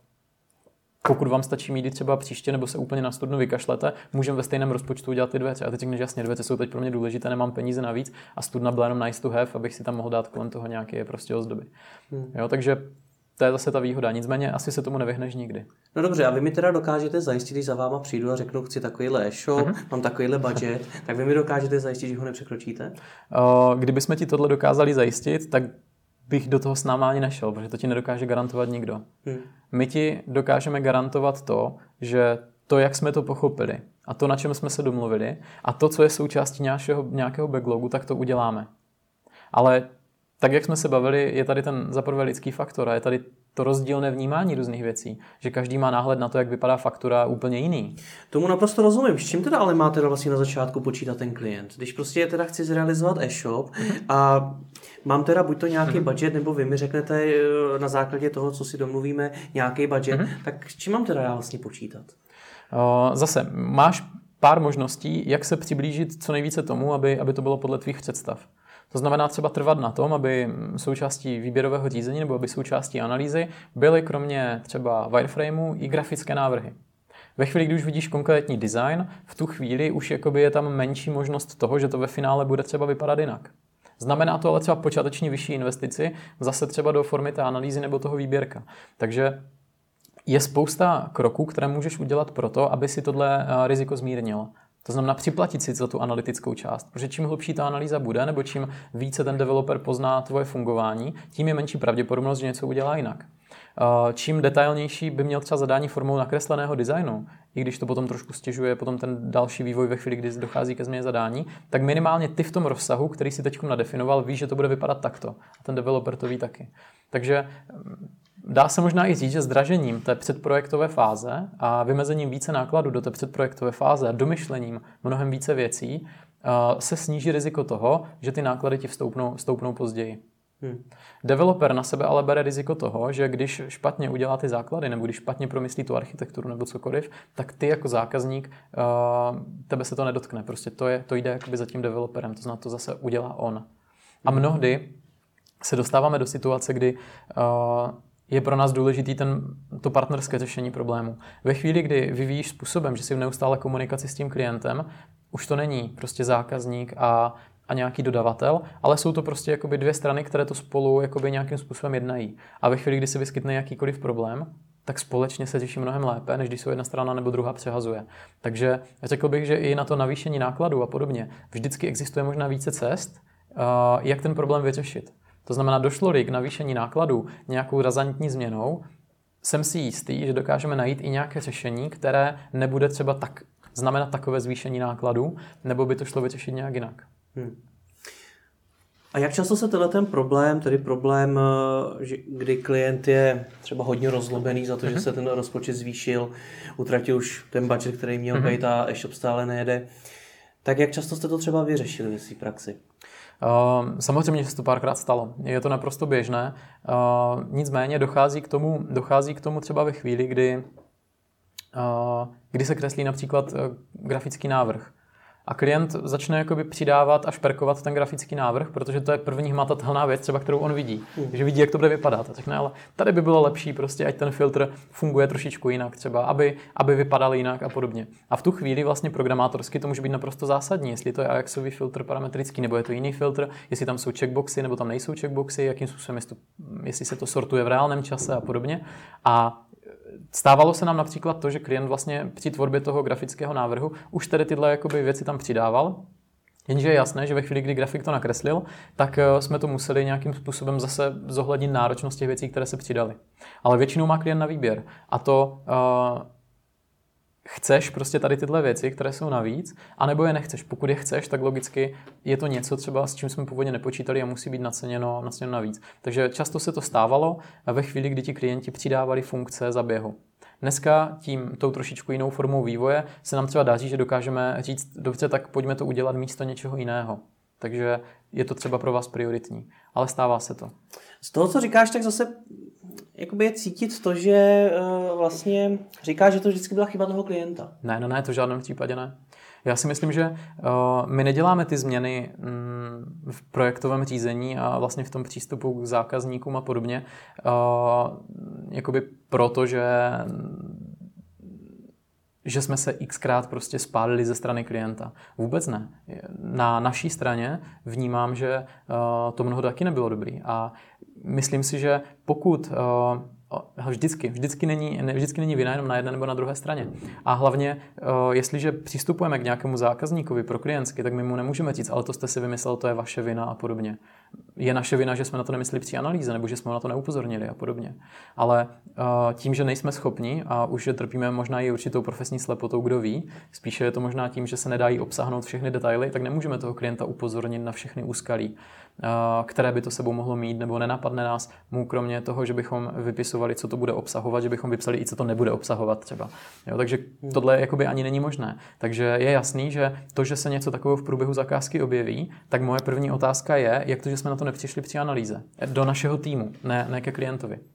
Speaker 2: pokud vám stačí mít třeba příště nebo se úplně na studnu vykašlete, můžeme ve stejném rozpočtu udělat ty dveře. A ty řekneš, jasně, dveře jsou teď pro mě důležité, nemám peníze navíc a studna byla jenom nice to have, abych si tam mohl dát kolem toho nějaké prostě ozdoby. Hmm. Jo, takže to je zase ta výhoda, nicméně asi se tomu nevyhneš nikdy.
Speaker 1: No dobře, a vy mi teda dokážete zajistit, když za váma přijdu a řeknu, chci takovýhle e-shop, uh-huh. mám takovýhle budget, tak vy mi dokážete zajistit, že ho nepřekročíte?
Speaker 2: Kdybychom ti tohle dokázali zajistit, tak bych do toho s náma ani nešel, protože to ti nedokáže garantovat nikdo. Hmm. My ti dokážeme garantovat to, že to, jak jsme to pochopili a to, na čem jsme se domluvili a to, co je součástí nějakého, nějakého backlogu, tak to uděláme. Ale tak, jak jsme se bavili, je tady ten zaprvé lidský faktor a je tady to rozdílné vnímání různých věcí, že každý má náhled na to, jak vypadá faktura úplně jiný.
Speaker 1: Tomu naprosto rozumím. S čím teda ale má teda vlastně na začátku počítat ten klient? Když prostě teda chci zrealizovat e-shop a mám teda buď to nějaký budget, nebo vy mi řeknete na základě toho, co si domluvíme, nějaký budget, tak s čím mám teda já vlastně počítat?
Speaker 2: Zase máš pár možností, jak se přiblížit co nejvíce tomu, aby, aby to bylo podle tvých představ. To znamená třeba trvat na tom, aby součástí výběrového řízení nebo aby součástí analýzy byly kromě třeba wireframeu i grafické návrhy. Ve chvíli, kdy už vidíš konkrétní design, v tu chvíli už jakoby je tam menší možnost toho, že to ve finále bude třeba vypadat jinak. Znamená to ale třeba počáteční vyšší investici, zase třeba do formy té analýzy nebo toho výběrka. Takže je spousta kroků, které můžeš udělat pro to, aby si tohle riziko zmírnil. To znamená připlatit si za tu analytickou část, protože čím hlubší ta analýza bude, nebo čím více ten developer pozná tvoje fungování, tím je menší pravděpodobnost, že něco udělá jinak. Čím detailnější by měl třeba zadání formou nakresleného designu, i když to potom trošku stěžuje potom ten další vývoj ve chvíli, kdy dochází ke změně zadání, tak minimálně ty v tom rozsahu, který si teď nadefinoval, víš, že to bude vypadat takto. A ten developer to ví taky. Takže dá se možná i říct, že zdražením té předprojektové fáze a vymezením více nákladů do té předprojektové fáze a domyšlením mnohem více věcí se sníží riziko toho, že ty náklady ti vstoupnou, vstoupnou později. Hmm. Developer na sebe ale bere riziko toho, že když špatně udělá ty základy nebo když špatně promyslí tu architekturu nebo cokoliv, tak ty jako zákazník uh, tebe se to nedotkne. Prostě to, je, to jde jakoby za tím developerem, to znamená, to zase udělá on. A mnohdy se dostáváme do situace, kdy uh, je pro nás důležitý ten, to partnerské řešení problému. Ve chvíli, kdy vyvíjíš způsobem, že jsi v neustále komunikaci s tím klientem, už to není prostě zákazník a a nějaký dodavatel, ale jsou to prostě jakoby dvě strany, které to spolu jakoby nějakým způsobem jednají. A ve chvíli, kdy se vyskytne jakýkoliv problém, tak společně se řeší mnohem lépe, než když se jedna strana nebo druhá přehazuje. Takže řekl bych, že i na to navýšení nákladů a podobně vždycky existuje možná více cest, jak ten problém vyřešit. To znamená, došlo-li k navýšení nákladů nějakou razantní změnou, jsem si jistý, že dokážeme najít i nějaké řešení, které nebude třeba tak znamenat takové zvýšení nákladů, nebo by to šlo vyřešit nějak jinak. Hmm.
Speaker 1: A jak často se tenhle ten problém, tedy problém, že, kdy klient je třeba hodně rozlobený za to, mm-hmm. že se ten rozpočet zvýšil, utratil už ten budget, který měl mm-hmm. být a e-shop stále nejede, tak jak často jste to třeba vyřešili ve své praxi?
Speaker 2: Uh, samozřejmě se to párkrát stalo. Je to naprosto běžné. Uh, nicméně dochází k tomu, dochází k tomu třeba ve chvíli, kdy, uh, kdy se kreslí například uh, grafický návrh. A klient začne jakoby přidávat a šperkovat ten grafický návrh, protože to je první hmatatelná věc, třeba kterou on vidí. Mm. Takže vidí, jak to bude vypadat. A řekne, ale tady by bylo lepší, prostě, ať ten filtr funguje trošičku jinak, třeba, aby, aby vypadal jinak a podobně. A v tu chvíli vlastně programátorsky to může být naprosto zásadní, jestli to je Ajaxový filtr parametrický, nebo je to jiný filtr, jestli tam jsou checkboxy, nebo tam nejsou checkboxy, jakým způsobem, jestli, jestli se to sortuje v reálném čase a podobně. A stávalo se nám například to, že klient vlastně při tvorbě toho grafického návrhu už tedy tyhle jakoby věci tam přidával, jenže je jasné, že ve chvíli, kdy grafik to nakreslil, tak jsme to museli nějakým způsobem zase zohlednit náročnost těch věcí, které se přidaly. Ale většinou má klient na výběr a to uh, chceš prostě tady tyhle věci, které jsou navíc, anebo je nechceš. Pokud je chceš, tak logicky je to něco třeba, s čím jsme původně nepočítali a musí být naceněno, naceněno navíc. Takže často se to stávalo ve chvíli, kdy ti klienti přidávali funkce za běhu. Dneska tím, tou trošičku jinou formou vývoje se nám třeba daří, že dokážeme říct, dobře, tak pojďme to udělat místo něčeho jiného. Takže je to třeba pro vás prioritní. Ale stává se to.
Speaker 1: Z toho, co říkáš, tak zase jakoby je cítit to, že uh, vlastně říkáš, že to vždycky byla chyba toho klienta.
Speaker 2: Ne, no ne, to v žádném případě ne. Já si myslím, že uh, my neděláme ty změny mm, v projektovém řízení a vlastně v tom přístupu k zákazníkům a podobně, uh, jakoby proto, že že jsme se xkrát prostě spálili ze strany klienta. Vůbec ne. Na naší straně vnímám, že uh, to mnoho taky nebylo dobrý. A myslím si, že pokud uh, vždycky, vždycky není, vždycky není vina jenom na jedné nebo na druhé straně. A hlavně, uh, jestliže přistupujeme k nějakému zákazníkovi pro klientsky, tak my mu nemůžeme říct, ale to jste si vymyslel, to je vaše vina a podobně. Je naše vina, že jsme na to nemysleli při analýze, nebo že jsme na to neupozornili a podobně. Ale uh, tím, že nejsme schopni a už že trpíme možná i určitou profesní slepotou, kdo ví, spíše je to možná tím, že se nedají obsáhnout všechny detaily, tak nemůžeme toho klienta upozornit na všechny úskalí, uh, které by to sebou mohlo mít, nebo nenapadne nás mu kromě toho, že bychom vypisovali, co to bude obsahovat, že bychom vypsali i co to nebude obsahovat třeba. Jo, takže tohle jakoby ani není možné. Takže je jasný, že to, že se něco takového v průběhu zakázky objeví, tak moje první otázka je, jak to, že jsme na to nepřišli při analýze. Do našeho týmu, ne, ne ke klientovi.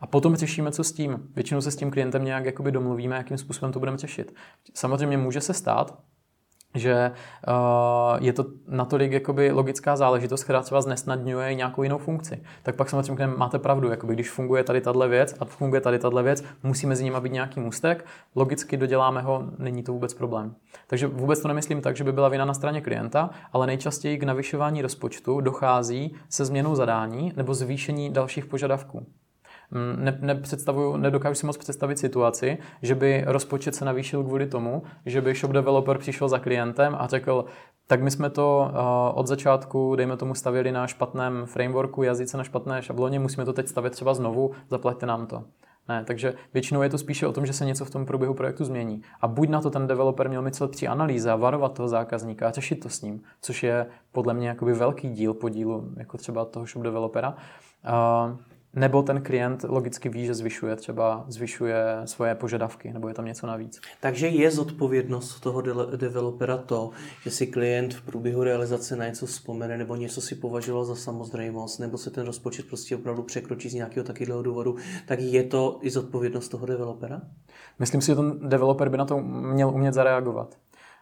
Speaker 2: A potom řešíme, co s tím. Většinou se s tím klientem nějak jakoby domluvíme, jakým způsobem to budeme řešit. Samozřejmě může se stát, že uh, je to natolik jakoby logická záležitost, která třeba znesnadňuje nějakou jinou funkci. Tak pak samozřejmě řekneme, máte pravdu, jakoby, když funguje tady tahle věc a funguje tady tahle věc, musí mezi nimi být nějaký můstek, logicky doděláme ho, není to vůbec problém. Takže vůbec to nemyslím tak, že by byla vina na straně klienta, ale nejčastěji k navyšování rozpočtu dochází se změnou zadání nebo zvýšení dalších požadavků. Ne, nepředstavuju, nedokážu si moc představit situaci, že by rozpočet se navýšil kvůli tomu, že by shop developer přišel za klientem a řekl, tak my jsme to uh, od začátku, dejme tomu, stavěli na špatném frameworku, jazyce na špatné šabloně, musíme to teď stavět třeba znovu, zaplaťte nám to. Ne, takže většinou je to spíše o tom, že se něco v tom průběhu projektu změní. A buď na to ten developer měl myslet při analýze a varovat toho zákazníka a řešit to s ním, což je podle mě jakoby velký díl podílu, jako třeba toho shop developera. Uh, Nebo ten klient logicky ví, že zvyšuje třeba zvyšuje svoje požadavky, nebo je tam něco navíc.
Speaker 1: Takže je zodpovědnost toho de- developera to, že si klient v průběhu realizace na něco vzpomene, nebo něco si považoval za samozřejmost, nebo se ten rozpočet prostě opravdu překročí z nějakého takového důvodu, tak je to i zodpovědnost toho developera?
Speaker 2: Myslím si, že ten developer by na to měl umět zareagovat.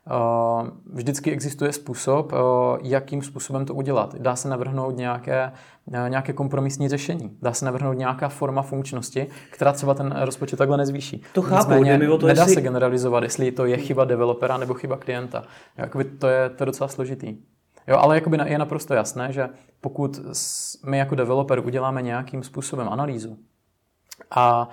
Speaker 2: Vždycky existuje způsob, jakým způsobem to udělat. Dá se navrhnout nějaké, nějaké kompromisní řešení. Dá se navrhnout nějaká forma funkčnosti, která třeba ten rozpočet takhle nezvýší.
Speaker 1: To chápu,
Speaker 2: Nicméně
Speaker 1: to,
Speaker 2: nedá
Speaker 1: jestli...
Speaker 2: se generalizovat, jestli to je chyba developera nebo chyba klienta. Jakoby to, je, to je docela složitý. Jo, ale jakoby je naprosto jasné, že pokud my jako developer uděláme nějakým způsobem analýzu, a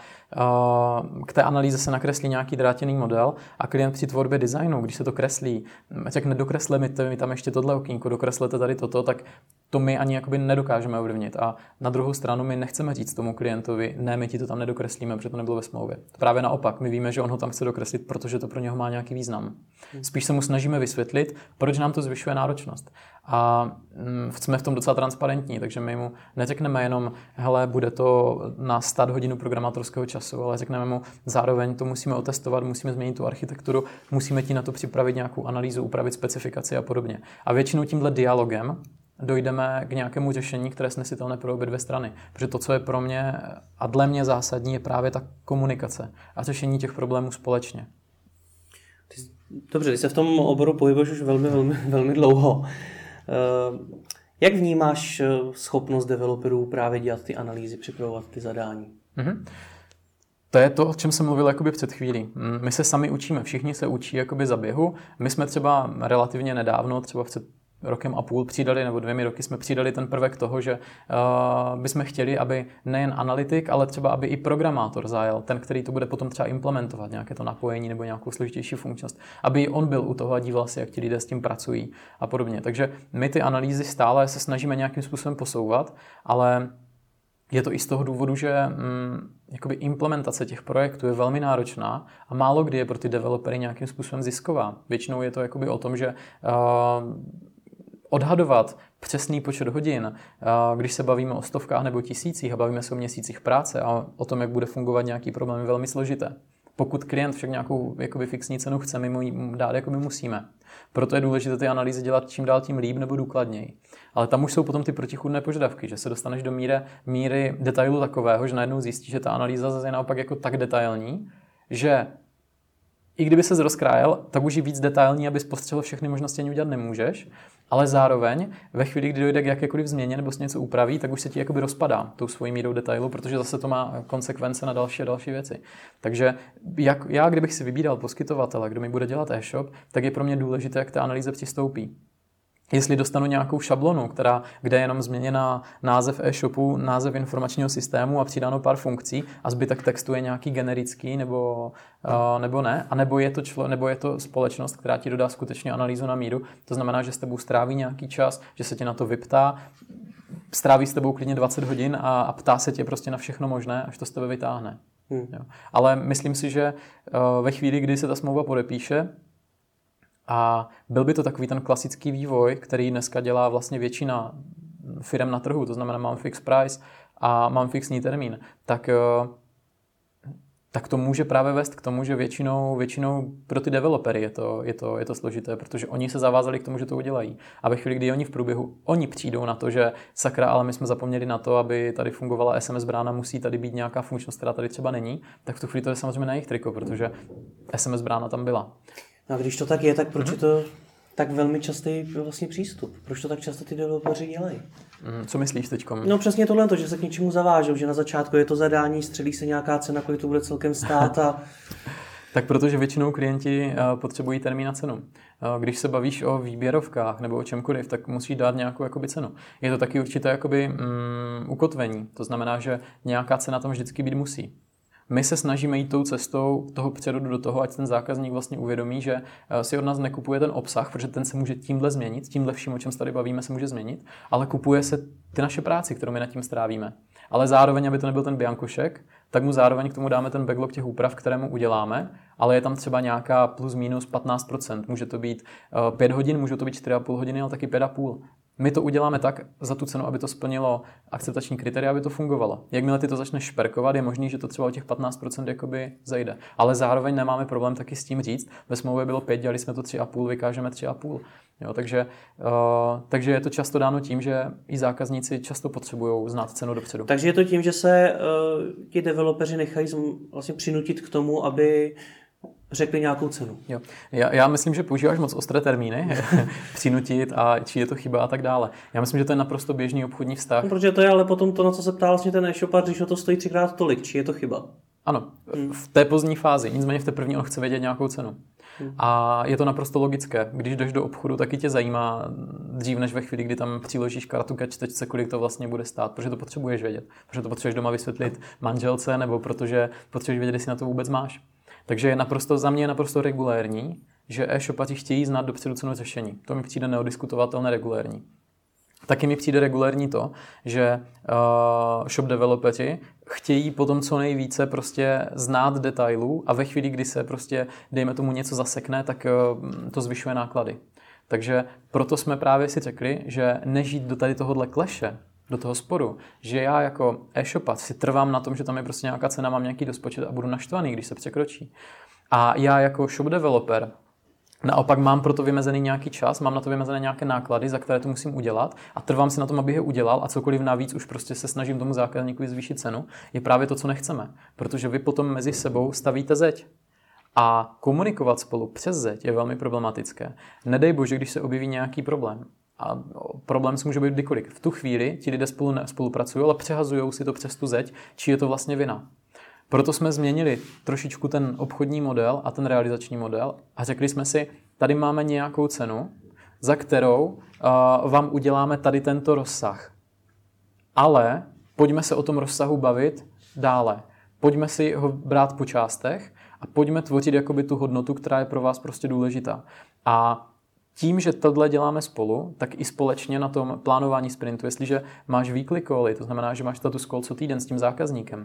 Speaker 2: uh, k té analýze se nakreslí nějaký drátěný model a klient při tvorbě designu, když se to kreslí, řekne dokresle mi, mi tam ještě tohle okýnko, dokreslete tady toto, tak to my ani jakoby nedokážeme ovlivnit. A na druhou stranu my nechceme říct tomu klientovi, ne, my ti to tam nedokreslíme, protože to nebylo ve smlouvě. Právě naopak, my víme, že on ho tam chce dokreslit, protože to pro něho má nějaký význam. Spíš se mu snažíme vysvětlit, proč nám to zvyšuje náročnost. A mm, jsme v tom docela transparentní, takže my mu neřekneme jenom, hele, bude to na sto hodinu programátorského času, ale řekneme mu, zároveň to musíme otestovat, musíme změnit tu architekturu, musíme ti na to připravit nějakou analýzu, upravit specifikaci a podobně. A většinou tímhle dialogem dojdeme k nějakému řešení, které je snesitelné pro obě dvě strany. Protože to, co je pro mě a dle mě zásadní, je právě ta komunikace a řešení těch problémů společně.
Speaker 1: Dobře, ty se v tom oboru pohybuješ už velmi, velmi, velmi dlouho. Jak vnímáš schopnost developerů právě dělat ty analýzy, připravovat ty zadání?
Speaker 2: Mm-hmm. To je to, o čem jsem mluvil jakoby před chvílí. My se sami učíme, všichni se učí jakoby za běhu. My jsme třeba relativně nedávno, třeba před rokem a půl přidali, nebo dvěmi roky jsme přidali ten prvek toho, že uh, bychom chtěli, aby nejen analytik, ale třeba aby i programátor zajel, ten, který to bude potom třeba implementovat, nějaké to napojení nebo nějakou složitější funkčnost, aby on byl u toho a díval si, jak ti lidé s tím pracují a podobně. Takže my ty analýzy stále se snažíme nějakým způsobem posouvat, ale je to i z toho důvodu, že mm, jakoby implementace těch projektů je velmi náročná a málo kdy je pro ty developery nějakým způsobem zisková. Většinou je to jakoby o tom, že uh, odhadovat přesný počet hodin, když se bavíme o stovkách nebo tisících a bavíme se o měsících práce a o tom, jak bude fungovat nějaký problém, je velmi složité. Pokud klient však nějakou jakoby fixní cenu chce, my mu dát, jako my musíme. Proto je důležité ty analýzy dělat čím dál tím líp nebo důkladněji. Ale tam už jsou potom ty protichůdné požadavky, že se dostaneš do míry, míry detailu takového, že najednou zjistíš, že ta analýza zase je naopak jako tak detailní, že i kdyby se rozkrájel, tak už je víc detailní, abys postřehl všechny možnosti, ani udělat nemůžeš, ale zároveň ve chvíli, kdy dojde k jakékoliv změně nebo se něco upraví, tak už se ti jakoby rozpadá tou svojí mírou detailu, protože zase to má konsekvence na další a další věci. Takže jak, já, kdybych si vybíral poskytovatele, kdo mi bude dělat e-shop, tak je pro mě důležité, jak té analýze přistoupí. Jestli dostanu nějakou šablonu, která, kde je jenom změněna název e-shopu, název informačního systému a přidáno pár funkcí a zbytek textu je nějaký generický nebo, uh, nebo ne, a nebo je, to člo, nebo je to společnost, která ti dodá skutečně analýzu na míru, to znamená, že s tebou stráví nějaký čas, že se tě na to vyptá, stráví s tebou klidně dvacet hodin a, a ptá se tě prostě na všechno možné, až to z tebe vytáhne. Hmm. Jo. Ale myslím si, že uh, ve chvíli, kdy se ta smlouva podepíše, a byl by to takový ten klasický vývoj, který dneska dělá vlastně většina firem na trhu, to znamená mám fixed price a mám fixní termín, tak tak to může právě vést k tomu, že většinou, většinou pro ty developery je to, je, to, je to složité, protože oni se zavázali k tomu, že to udělají. A ve chvíli, kdy oni v průběhu, oni přijdou na to, že sakra, ale my jsme zapomněli na to, aby tady fungovala es em es brána, musí tady být nějaká funkčnost, která tady třeba není, tak v tu chvíli to je samozřejmě na jejich triko, protože es em es brána tam byla.
Speaker 1: No a když to tak je, tak proč mm-hmm. je to tak velmi častý vlastně přístup? Proč to tak často ty developeři dělají?
Speaker 2: Mm, co myslíš teďkom?
Speaker 1: No přesně tohle, to, že se k něčemu zavážou, že na začátku je to zadání, střelí se nějaká cena, kolik to bude celkem stát a...
Speaker 2: Tak protože většinou klienti potřebují termín a cenu. Když se bavíš o výběrovkách nebo o čemkoliv, tak musíš dát nějakou jakoby cenu. Je to taky určité jakoby, mm, ukotvení. To znamená, že nějaká cena tam vždycky být musí. My se snažíme jít tou cestou toho přerodu do toho, ať ten zákazník vlastně uvědomí, že si od nás nekupuje ten obsah, protože ten se může tímhle změnit, tímhle vším, o čem se tady bavíme, se může změnit, ale kupuje se ty naše práci, kterou my nad tím strávíme. Ale zároveň, aby to nebyl ten biankošek, tak mu zároveň k tomu dáme ten backlog těch úprav, které mu uděláme, ale je tam třeba nějaká plus minus patnáct procent. Může to být pět hodin, může to být čtyři a půl hodiny, ale taky pět a půl. My to uděláme tak za tu cenu, aby to splnilo akceptační kritéria, aby to fungovalo. Jakmile ty to začneš šperkovat, je možný, že to třeba o těch patnáct procent jakoby zajde. Ale zároveň nemáme problém taky s tím říct, ve smlouvě bylo pět, dělali jsme to tři a půl, vykážeme tři a půl. Jo, takže, uh, takže je to často dáno tím, že i zákazníci často potřebují znát cenu dopředu.
Speaker 1: Takže je to tím, že se uh, ti developeři nechají vlastně přinutit k tomu, aby řekli nějakou cenu.
Speaker 2: Jo. Já, já myslím, že používáš moc ostré termíny, přinutit a či je to chyba a tak dále. Já myslím, že to je naprosto běžný obchodní vztah.
Speaker 1: No, protože to je ale potom to, na co se ptá vlastně ten e-shopar, když to stojí třikrát tolik, či je to chyba?
Speaker 2: Ano, v té pozdní fázi, nicméně v té první on chce vědět nějakou cenu. Hmm. A je to naprosto logické. Když jdeš do obchodu, taky tě zajímá dřív než ve chvíli, kdy tam přiložíš kartu ke čtečce, kolik to vlastně bude stát, protože to potřebuješ vědět. Protože to potřebuješ doma vysvětlit manželce, nebo protože potřebuješ vědět, jestli na to vůbec máš. Takže je naprosto, za mě je naprosto regulérní, že e-shopaři chtějí znát dopředu cenu řešení. To mi přijde neodiskutovatelné regulérní. Taky mi přijde regulérní to, že uh, shop developeri chtějí potom co nejvíce prostě znát detailů a ve chvíli, kdy se prostě, dejme tomu, něco zasekne, tak uh, to zvyšuje náklady. Takže proto jsme právě si řekli, že nežít do tady tohohle kleše, do toho sporu, že já jako e-shopař si trvám na tom, že tam je prostě nějaká cena, mám nějaký rozpočet a budu naštvaný, když se překročí. A já jako shop developer naopak mám pro to vymezený nějaký čas, mám na to vymezené nějaké náklady, za které to musím udělat a trvám si na tom, abych je udělal a cokoliv navíc už prostě se snažím tomu zákazníkovi zvýšit cenu, je právě to, co nechceme. Protože vy potom mezi sebou stavíte zeď. A komunikovat spolu přes zeď je velmi problematické. Nedej bože, když se objeví nějaký problém. A problém se může být kdykoliv. V tu chvíli ti lidé spolu spolupracují, ale přehazují si to přes tu zeď, či je to vlastně vina. Proto jsme změnili trošičku ten obchodní model a ten realizační model a řekli jsme si, tady máme nějakou cenu, za kterou uh, vám uděláme tady tento rozsah. Ale pojďme se o tom rozsahu bavit dále. Pojďme si ho brát po částech a pojďme tvořit jakoby tu hodnotu, která je pro vás prostě důležitá. A tím, že tohle děláme spolu, tak i společně na tom plánování sprintu, jestliže máš weekly cally, to znamená, že máš status call co týden s tím zákazníkem,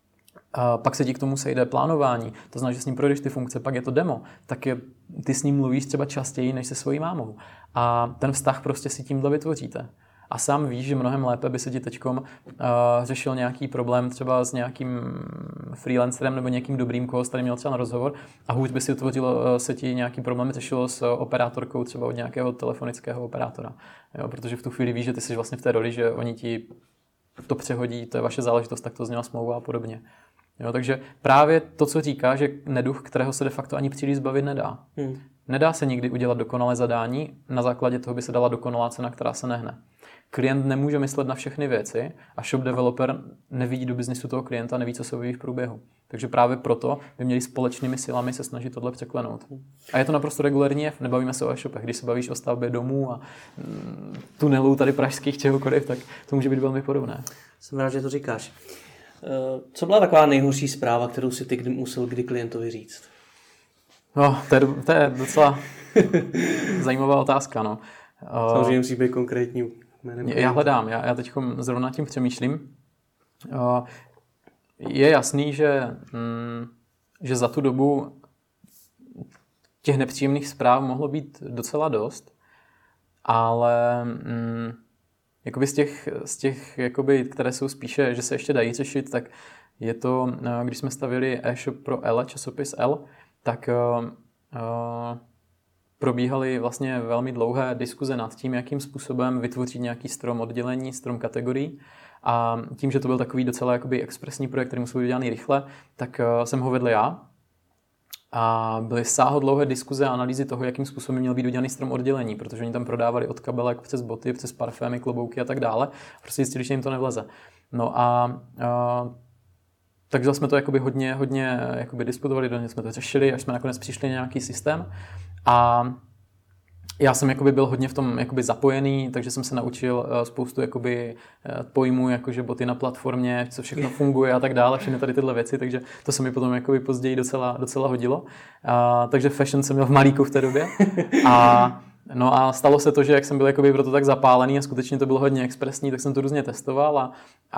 Speaker 2: a pak se ti k tomu sejde plánování, to znamená, že s ním projdeš ty funkce, pak je to demo, tak je, ty s ním mluvíš třeba častěji než se svojí mámou. A ten vztah prostě si tímhle vytvoříte. A sám víš, že mnohem lépe by se ti teďkom uh, řešil nějaký problém třeba s nějakým freelancerem nebo nějakým dobrým, koho jsi tady měl třeba na rozhovor a hůř by si utvořilo, uh, se ti nějaký problém řešilo s operátorkou třeba od nějakého telefonického operátora. Jo, protože v tu chvíli víš, že ty jsi vlastně v té roli, že oni ti to přehodí, to je vaše záležitost, tak to zněla smlouva a podobně. Jo, takže právě to, co říká, že neduch, kterého se de facto ani příliš zbavit nedá. Hmm. Nedá se nikdy udělat dokonalé zadání, na základě toho by se dala dokonalá cena, která se nehne. Klient nemůže myslet na všechny věci a shop developer nevidí do biznisu toho klienta, neví, co se objeví v průběhu. Takže právě proto by měli společnými silami se snažit tohle překlenout. A je to naprosto regulární jev, nebavíme se o e-shopech. Když se bavíš o stavbě domů a mm, tunelů tady pražských čehokoliv, tak to může být velmi podobné.
Speaker 1: Jsem rád, že to říkáš. Co byla taková nejhorší zpráva, kterou si ty kdy musel kdy klientovi říct?
Speaker 2: No, to je, to je docela zajímavá otázka. No.
Speaker 1: Samozřejmě musí být konkrétní. Jménem.
Speaker 2: Já hledám, já, já teď zrovna tím přemýšlím. Je jasný, že, mm, že za tu dobu těch nepříjemných zpráv mohlo být docela dost, ale mm, jakoby z těch, z těch jakoby, které jsou spíše, že se ještě dají řešit, tak Je to, když jsme stavili e-shop pro L, časopis L, tak uh, uh, probíhaly vlastně velmi dlouhé diskuze nad tím, jakým způsobem vytvořit nějaký strom oddělení, strom kategorií. A tím, že to byl takový docela jakoby expresní projekt, který musel být udělaný rychle, tak uh, jsem ho vedl já. A byly sáhodlouhé diskuze a analýzy toho, jakým způsobem měl být udělaný strom oddělení, protože oni tam prodávali od kabelek přes boty, přes parfémy, klobouky a tak dále. Prostě zjistili, že jim to nevleze. No a, a takže jsme to jakoby hodně, hodně jakoby diskutovali, hodně jsme to řešili, až jsme nakonec přišli na nějaký systém. A já jsem jakoby byl hodně v tom jakoby zapojený, takže jsem se naučil spoustu jakoby pojmů, jakože boty na platformě, co všechno funguje a tak dále, všechny tady tyhle věci, takže to se mi potom jakoby později docela, docela hodilo. A, takže fashion jsem měl v malíku v té době. A, no a stalo se to, že jak jsem byl jakoby proto tak zapálený a skutečně to bylo hodně expresní, tak jsem to různě testoval a, a,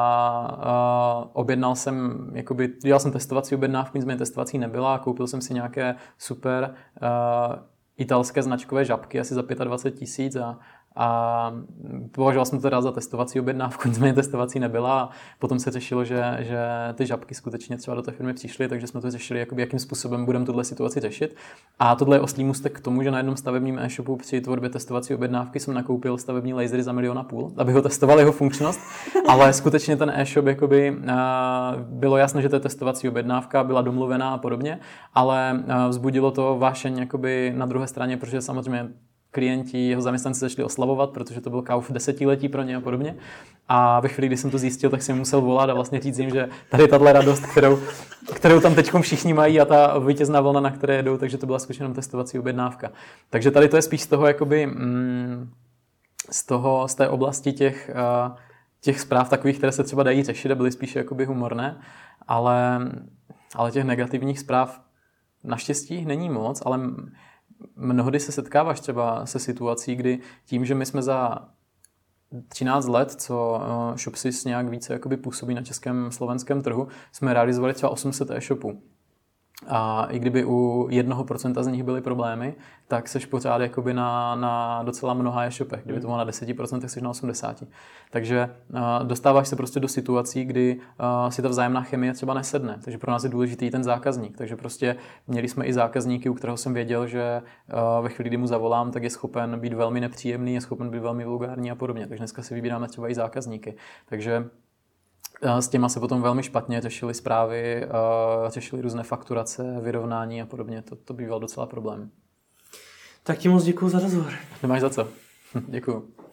Speaker 2: a objednal jsem, jakoby, dělal jsem testovací objednávku, nicméně testovací nebyla a koupil jsem si nějaké super uh, italské značkové žabky asi za dvacet pět tisíc a, a považoval jsem to teda za testovací objednávku, nicméně testovací nebyla a potom se řešilo, že, že ty žabky skutečně třeba do té firmy přišly, takže jsme to řešili, jakoby, jakým způsobem budeme tuhle situaci řešit. A tohle je oslý můstek k tomu, že na jednom stavebním e-shopu při tvorbě testovací objednávky jsem nakoupil stavební lasery za milion a půl, aby ho testoval jeho funkčnost, ale skutečně ten e-shop jakoby, bylo jasné, že to je testovací objednávka, byla domluvená a podobně, ale vzbudilo to vášeň jakoby na druhé straně, protože samozřejmě klienti, jeho zaměstnanci začali oslavovat, protože to byl kauf desetiletí pro ně a podobně. A ve chvíli, kdy jsem to zjistil, tak jsem musel volat a vlastně říct jim, že tady tahle radost, kterou, kterou tam teď všichni mají a ta vítězná vlna, na které jedou, takže to byla skutečně jenom testovací objednávka. Takže tady to je spíš z toho, jakoby, mm, z, toho, z té oblasti těch, uh, těch zpráv takových, které se třeba dají řešit a byly spíš jakoby humorné, ale, ale těch negativních zpráv naštěstí není moc, ale mnohdy se setkáváš třeba se situací, kdy tím, že my jsme za třináct let, co ShopSys nějak více jakoby působí na českém slovenském trhu, jsme realizovali třeba osm set e-shopů. A i kdyby u jednoho procenta z nich byly problémy, tak seš pořád jakoby na, na docela mnoha e-shopech. Kdyby to bylo na deset procent, tak seš na osmdesát procent. Takže uh, dostáváš se prostě do situací, kdy uh, si ta vzájemná chemie třeba nesedne. Takže pro nás je důležitý ten zákazník. Takže prostě měli jsme i zákazníky, u kterého jsem věděl, že uh, ve chvíli, kdy mu zavolám, tak je schopen být velmi nepříjemný, je schopen být velmi vulgární a podobně. Takže dneska si vybíráme třeba i zákazníky. Takže s těma se potom velmi špatně řešily zprávy, řešily různé fakturace, vyrovnání a podobně. To, to býval docela problém.
Speaker 1: Tak ti moc děkuju za rozhovor.
Speaker 2: Nemáš za co. Děkuju.